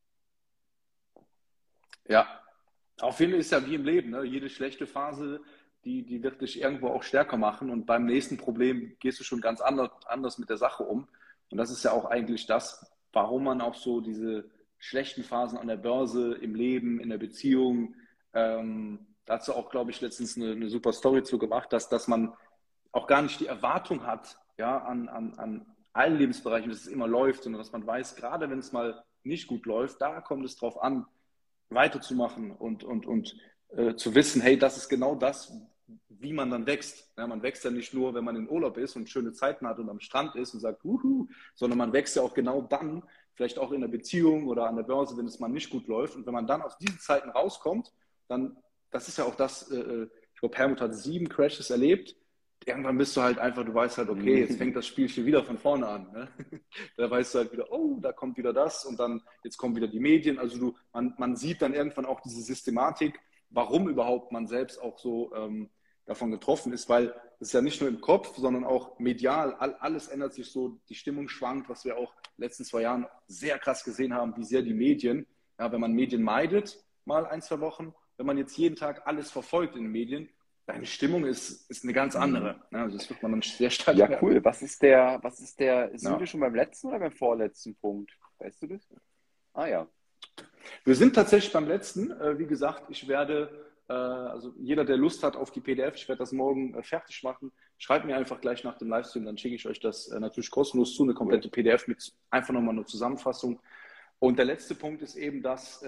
Ja, auf jeden Fall ist ja wie im Leben, ne? Jede schlechte Phase, die wird dich irgendwo auch stärker machen und beim nächsten Problem gehst du schon ganz anders mit der Sache um. Und das ist ja auch eigentlich das, warum man auch so diese schlechten Phasen an der Börse, im Leben, in der Beziehung, dazu auch, glaube ich, letztens eine super Story zu gemacht, dass man auch gar nicht die Erwartung hat, ja, an allen Lebensbereichen, dass es immer läuft, sondern dass man weiß, gerade wenn es mal nicht gut läuft, da kommt es drauf an, weiterzumachen und zu wissen, hey, das ist genau das, wie man dann wächst. Ja, man wächst ja nicht nur, wenn man in Urlaub ist und schöne Zeiten hat und am Strand ist und sagt, sondern man wächst ja auch genau dann, vielleicht auch in der Beziehung oder an der Börse, wenn es mal nicht gut läuft. Und wenn man dann aus diesen Zeiten rauskommt, dann, das ist ja auch das, ich glaube, Helmut hat 7 Crashes erlebt. Irgendwann bist du halt einfach, du weißt halt, okay, jetzt fängt das Spielchen wieder von vorne an. Ne? Da weißt du halt wieder, oh, da kommt wieder das und dann, jetzt kommen wieder die Medien. Also man sieht dann irgendwann auch diese Systematik, warum überhaupt man selbst auch so davon getroffen ist, weil es ist ja nicht nur im Kopf, sondern auch medial, alles ändert sich so, die Stimmung schwankt, was wir auch in den letzten 2 Jahren sehr krass gesehen haben, wie sehr die Medien, ja, wenn man Medien meidet, mal 1, 2 Wochen, wenn man jetzt jeden Tag alles verfolgt in den Medien, deine Stimmung ist eine ganz andere. Ja, also das wird man dann sehr stark merken. Cool. Was ist der, sind wir schon beim letzten oder beim vorletzten Punkt? Weißt du das? Ah ja. Wir sind tatsächlich beim letzten. Wie gesagt, ich werde, also jeder, der Lust hat auf die PDF, ich werde das morgen fertig machen. Schreibt mir einfach gleich nach dem Livestream, dann schicke ich euch das natürlich kostenlos zu, eine komplette PDF mit einfach nochmal eine Zusammenfassung. Und der letzte Punkt ist eben, dass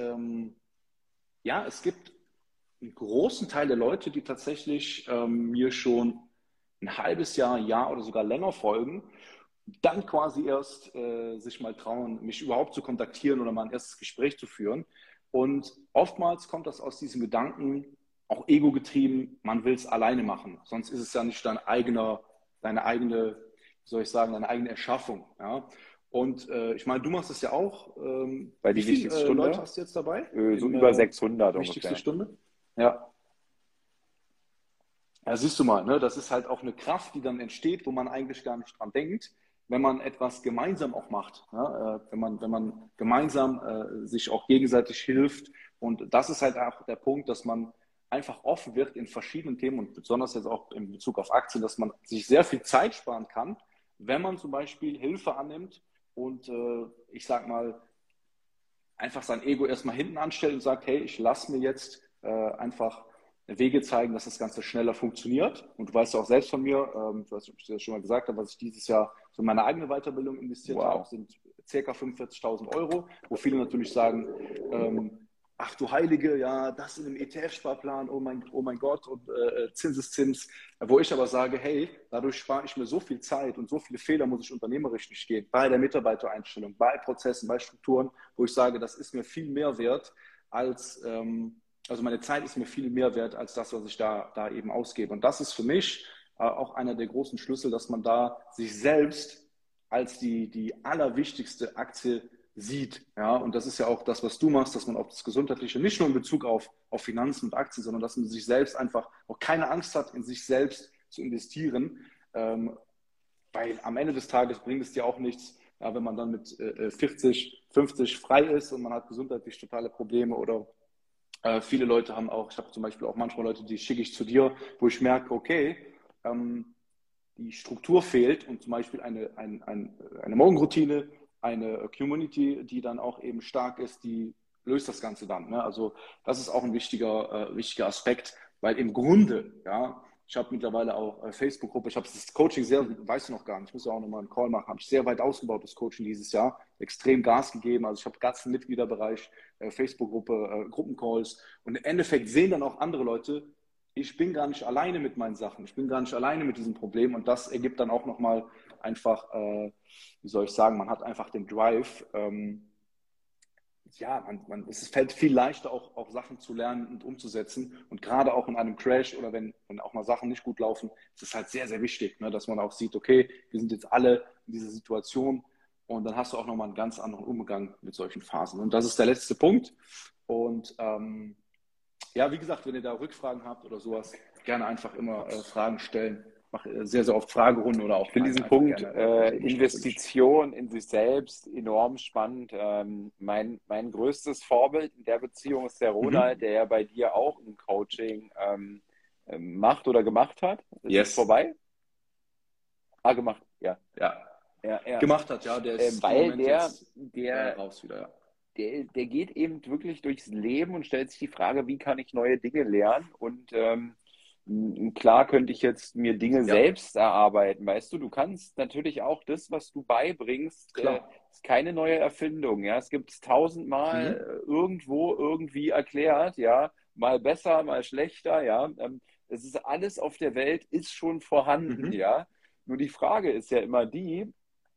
ja, es gibt einen großen Teil der Leute, die tatsächlich mir schon ein halbes Jahr oder sogar länger folgen, dann quasi erst sich mal trauen, mich überhaupt zu kontaktieren oder mal ein erstes Gespräch zu führen. Und oftmals kommt das aus diesem Gedanken, auch ego-getrieben, man will es alleine machen. Sonst ist es ja nicht deine eigene, wie soll ich sagen, deine eigene Erschaffung. Ja? Und ich meine, du machst es ja auch. Bei die wichtigste Stunde Leute hast du jetzt dabei? So über 600 wichtigste ungefähr. Stunde? Ja. Ja, siehst du mal, ne? Das ist halt auch eine Kraft, die dann entsteht, wo man eigentlich gar nicht dran denkt, wenn man etwas gemeinsam auch macht. Ja? Wenn man gemeinsam sich auch gegenseitig hilft. Und das ist halt auch der Punkt, dass man einfach offen wird in verschiedenen Themen und besonders jetzt auch in Bezug auf Aktien, dass man sich sehr viel Zeit sparen kann, wenn man zum Beispiel Hilfe annimmt und ich sag mal, einfach sein Ego erstmal hinten anstellt und sagt, hey, ich lasse mir jetzt einfach Wege zeigen, dass das Ganze schneller funktioniert. Und du weißt ja auch selbst von mir, ich weiß nicht, ob ich dir das schon mal gesagt habe, was ich dieses Jahr so in meine eigene Weiterbildung investiert habe, sind ca. 45.000 €, wo viele natürlich sagen, ach du Heilige, ja, das in einem ETF-Sparplan, oh mein Gott, und Zinseszins, wo ich aber sage, hey, dadurch spare ich mir so viel Zeit und so viele Fehler muss ich unternehmerisch nicht gehen, bei der Mitarbeitereinstellung, bei Prozessen, bei Strukturen, wo ich sage, das ist mir viel mehr wert als also meine Zeit ist mir viel mehr wert als das, was ich da eben ausgebe. Und das ist für mich auch einer der großen Schlüssel, dass man da sich selbst als die allerwichtigste Aktie sieht. Ja? Und das ist ja auch das, was du machst, dass man auch das Gesundheitliche, nicht nur in Bezug auf Finanzen und Aktien, sondern dass man sich selbst einfach auch keine Angst hat, in sich selbst zu investieren. Weil am Ende des Tages bringt es dir auch nichts, ja, wenn man dann mit 40, 50 frei ist und man hat gesundheitlich totale Probleme oder viele Leute haben auch, ich habe zum Beispiel auch manchmal Leute, die schicke ich zu dir, wo ich merke, okay, die Struktur fehlt und zum Beispiel eine Morgenroutine, eine Community, die dann auch eben stark ist, die löst das Ganze dann. Ne? Also das ist auch ein wichtiger Aspekt, weil im Grunde, ja, ich habe mittlerweile auch Facebook-Gruppe, ich habe das Coaching weißt du noch gar nicht, ich muss ja auch nochmal einen Call machen, habe ich sehr weit ausgebaut, das Coaching dieses Jahr, extrem Gas gegeben, also ich habe ganzen Mitgliederbereich, Facebook-Gruppe, Gruppencalls und im Endeffekt sehen dann auch andere Leute, ich bin gar nicht alleine mit meinen Sachen, ich bin gar nicht alleine mit diesem Problem und das ergibt dann auch nochmal einfach, wie soll ich sagen, man hat einfach den Drive, ja, es fällt viel leichter, auch Sachen zu lernen und umzusetzen. Und gerade auch in einem Crash oder wenn auch mal Sachen nicht gut laufen, ist es halt sehr, sehr wichtig, ne, dass man auch sieht, okay, wir sind jetzt alle in dieser Situation und dann hast du auch nochmal einen ganz anderen Umgang mit solchen Phasen. Und das ist der letzte Punkt. Und ja, wie gesagt, wenn ihr da Rückfragen habt oder sowas, gerne einfach immer Fragen stellen. Ich mache sehr, sehr oft Fragerunden oder auch. Ich finde diesen Punkt Investition in sich selbst enorm spannend. Mein größtes Vorbild in der Beziehung ist der Ronald, der ja bei dir auch ein Coaching macht oder gemacht hat. Ist es vorbei? Gemacht, ja. Ja. Gemacht hat, ja. Der ist weil der raus wieder, ja. Der geht eben wirklich durchs Leben und stellt sich die Frage, wie kann ich neue Dinge lernen? Und klar könnte ich jetzt mir Dinge selbst erarbeiten, weißt du, kannst natürlich auch das, was du beibringst, ist keine neue Erfindung, ja, es gibt es tausendmal irgendwo irgendwie erklärt, ja, mal besser, mal schlechter, ja, es ist alles auf der Welt, ist schon vorhanden, ja, nur die Frage ist ja immer die,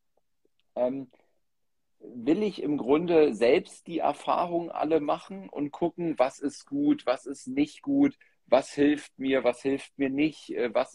will ich im Grunde selbst die Erfahrungen alle machen und gucken, was ist gut, was ist nicht gut, was hilft mir nicht,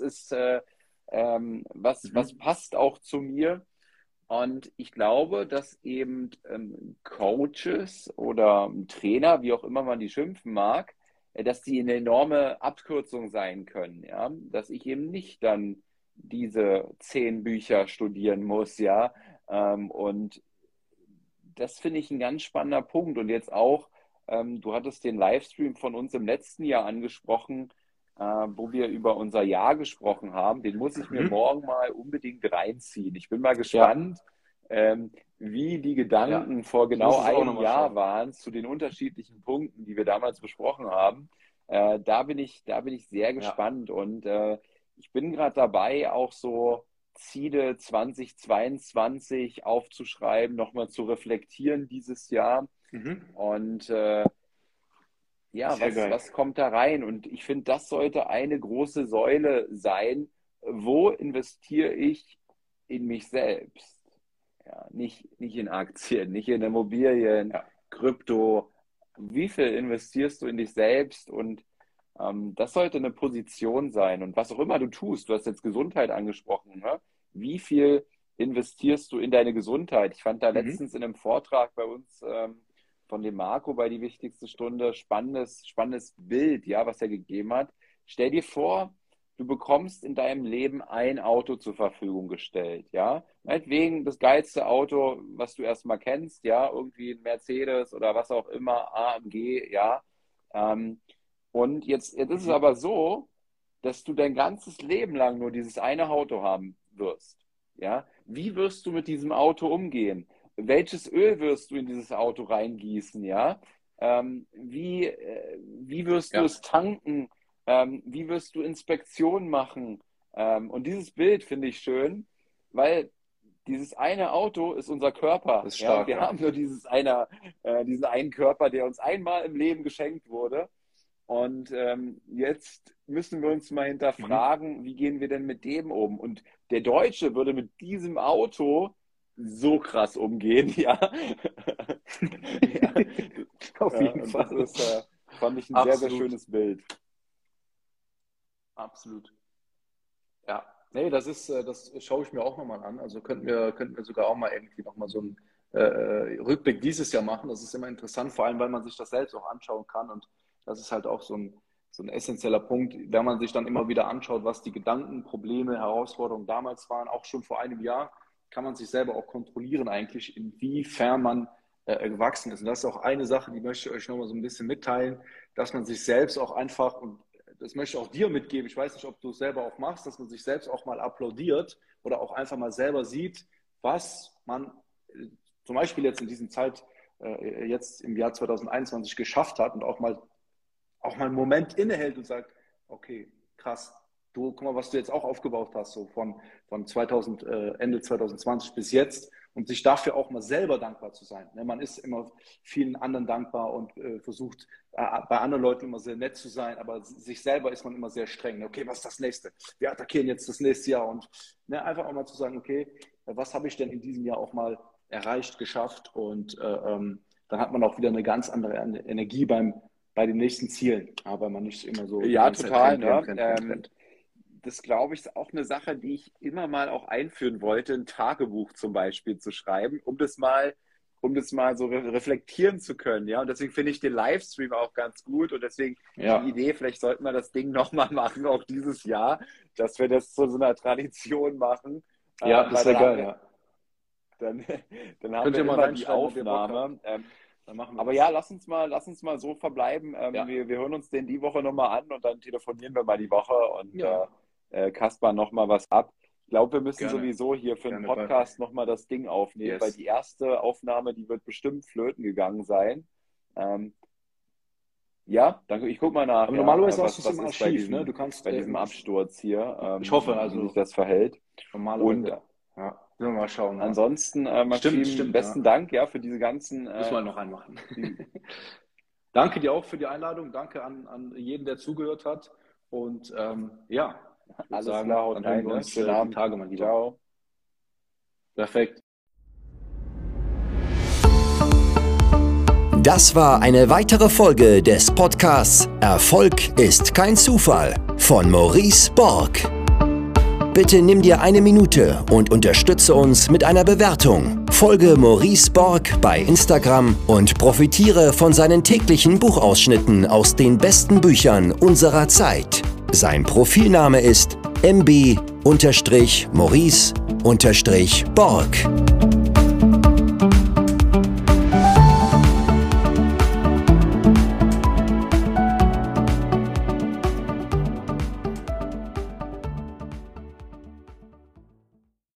was passt auch zu mir. Und ich glaube, dass eben Coaches oder Trainer, wie auch immer man die schimpfen mag, dass die eine enorme Abkürzung sein können, ja, dass ich eben nicht dann diese 10 Bücher studieren muss, ja, und das finde ich ein ganz spannender Punkt. Und jetzt auch, du hattest den Livestream von uns im letzten Jahr angesprochen, wo wir über unser Jahr gesprochen haben. Den muss ich mir morgen mal unbedingt reinziehen. Ich bin mal gespannt, wie die Gedanken vor genau einem Jahr waren zu den unterschiedlichen Punkten, die wir damals besprochen haben. Da bin ich sehr gespannt. Und ich bin gerade dabei, auch so Ziele 2022 aufzuschreiben, nochmal zu reflektieren dieses Jahr. Und was kommt da rein? Und ich finde, das sollte eine große Säule sein. Wo investiere ich in mich selbst? Ja, nicht in Aktien, nicht in Immobilien, Krypto. Wie viel investierst du in dich selbst? Und das sollte eine Position sein. Und was auch immer du tust, du hast jetzt Gesundheit angesprochen, ne? Wie viel investierst du in deine Gesundheit? Ich fand da letztens in einem Vortrag bei uns von dem Marco bei Die wichtigste Stunde spannendes Bild, ja, was er gegeben hat. Stell dir vor, du bekommst in deinem Leben ein Auto zur Verfügung gestellt, ja. Meinetwegen das geilste Auto, was du erstmal kennst, ja, irgendwie ein Mercedes oder was auch immer, AMG, ja. Und jetzt ist es aber so, dass du dein ganzes Leben lang nur dieses eine Auto haben wirst. Ja? Wie wirst du mit diesem Auto umgehen? Welches Öl wirst du in dieses Auto reingießen? Ja? Wie wirst du es tanken? Wie wirst du Inspektionen machen? Und dieses Bild finde ich schön, weil dieses eine Auto ist unser Körper. Ist stark, Wir haben nur diesen einen Körper, der uns einmal im Leben geschenkt wurde. Und jetzt müssen wir uns mal hinterfragen, wie gehen wir denn mit dem um? Und der Deutsche würde mit diesem Auto so krass umgehen, ja. Auf jeden Fall. Das fand ich ein sehr, sehr schönes Bild. Absolut. Ja, nee, das schaue ich mir auch nochmal an. Also könnten wir sogar auch mal irgendwie nochmal so einen Rückblick dieses Jahr machen. Das ist immer interessant, vor allem, weil man sich das selbst auch anschauen kann. Und das ist halt auch so ein essentieller Punkt, wenn man sich dann immer wieder anschaut, was die Gedanken, Probleme, Herausforderungen damals waren, auch schon vor einem Jahr, kann man sich selber auch kontrollieren eigentlich, inwiefern man gewachsen ist. Und das ist auch eine Sache, die möchte ich euch nochmal so ein bisschen mitteilen, dass man sich selbst auch einfach, und das möchte ich auch dir mitgeben, ich weiß nicht, ob du es selber auch machst, dass man sich selbst auch mal applaudiert oder auch einfach mal selber sieht, was man zum Beispiel jetzt in diesen jetzt im Jahr 2021 geschafft hat und auch mal einen Moment innehält und sagt, okay, krass, guck mal, was du jetzt auch aufgebaut hast, so von Ende 2020 bis jetzt, und sich dafür auch mal selber dankbar zu sein. Man ist immer vielen anderen dankbar und versucht bei anderen Leuten immer sehr nett zu sein, aber sich selber ist man immer sehr streng. Okay, was ist das Nächste? Wir attackieren jetzt das nächste Jahr, und einfach auch mal zu sagen, okay, was habe ich denn in diesem Jahr auch mal erreicht, geschafft, und dann hat man auch wieder eine ganz andere Energie bei den nächsten Zielen, aber man nicht immer so... Ja, total. Rennt. Das, glaube ich, ist auch eine Sache, die ich immer mal auch einführen wollte, ein Tagebuch zum Beispiel zu schreiben, um das mal so reflektieren zu können. Ja, und deswegen finde ich den Livestream auch ganz gut, und deswegen die Idee, vielleicht sollten wir das Ding nochmal machen, auch dieses Jahr, dass wir das zu so einer Tradition machen. Ja, das wäre geil, ja. Dann haben wir immer die Aufnahme. Aber ja, lass uns mal so verbleiben. Wir hören uns den die Woche nochmal an, und dann telefonieren wir mal die Woche und kaspern nochmal was ab. Ich glaube, wir müssen sowieso hier für den Podcast nochmal das Ding aufnehmen, weil die erste Aufnahme, die wird bestimmt flöten gegangen sein. Ja, danke. Ich gucke mal nach. Aber normalerweise hast du es im Archiv, ne? Du kannst bei diesem Absturz hier. Ich hoffe, also, wie sich das verhält. Normalerweise. Ja, wir mal schauen. Ansonsten, Maxim, stimmt, besten Dank für diese ganzen... Müssen wir noch einmachen. Danke dir auch für die Einladung. Danke an jeden, der zugehört hat. Und alles klar. Dann hören wir uns die Tage mal wieder. Ciao. Perfekt. Das war eine weitere Folge des Podcasts Erfolg ist kein Zufall von Maurice Borg. Bitte nimm dir eine Minute und unterstütze uns mit einer Bewertung. Folge Maurice Borg bei Instagram und profitiere von seinen täglichen Buchausschnitten aus den besten Büchern unserer Zeit. Sein Profilname ist mb_maurice_borg.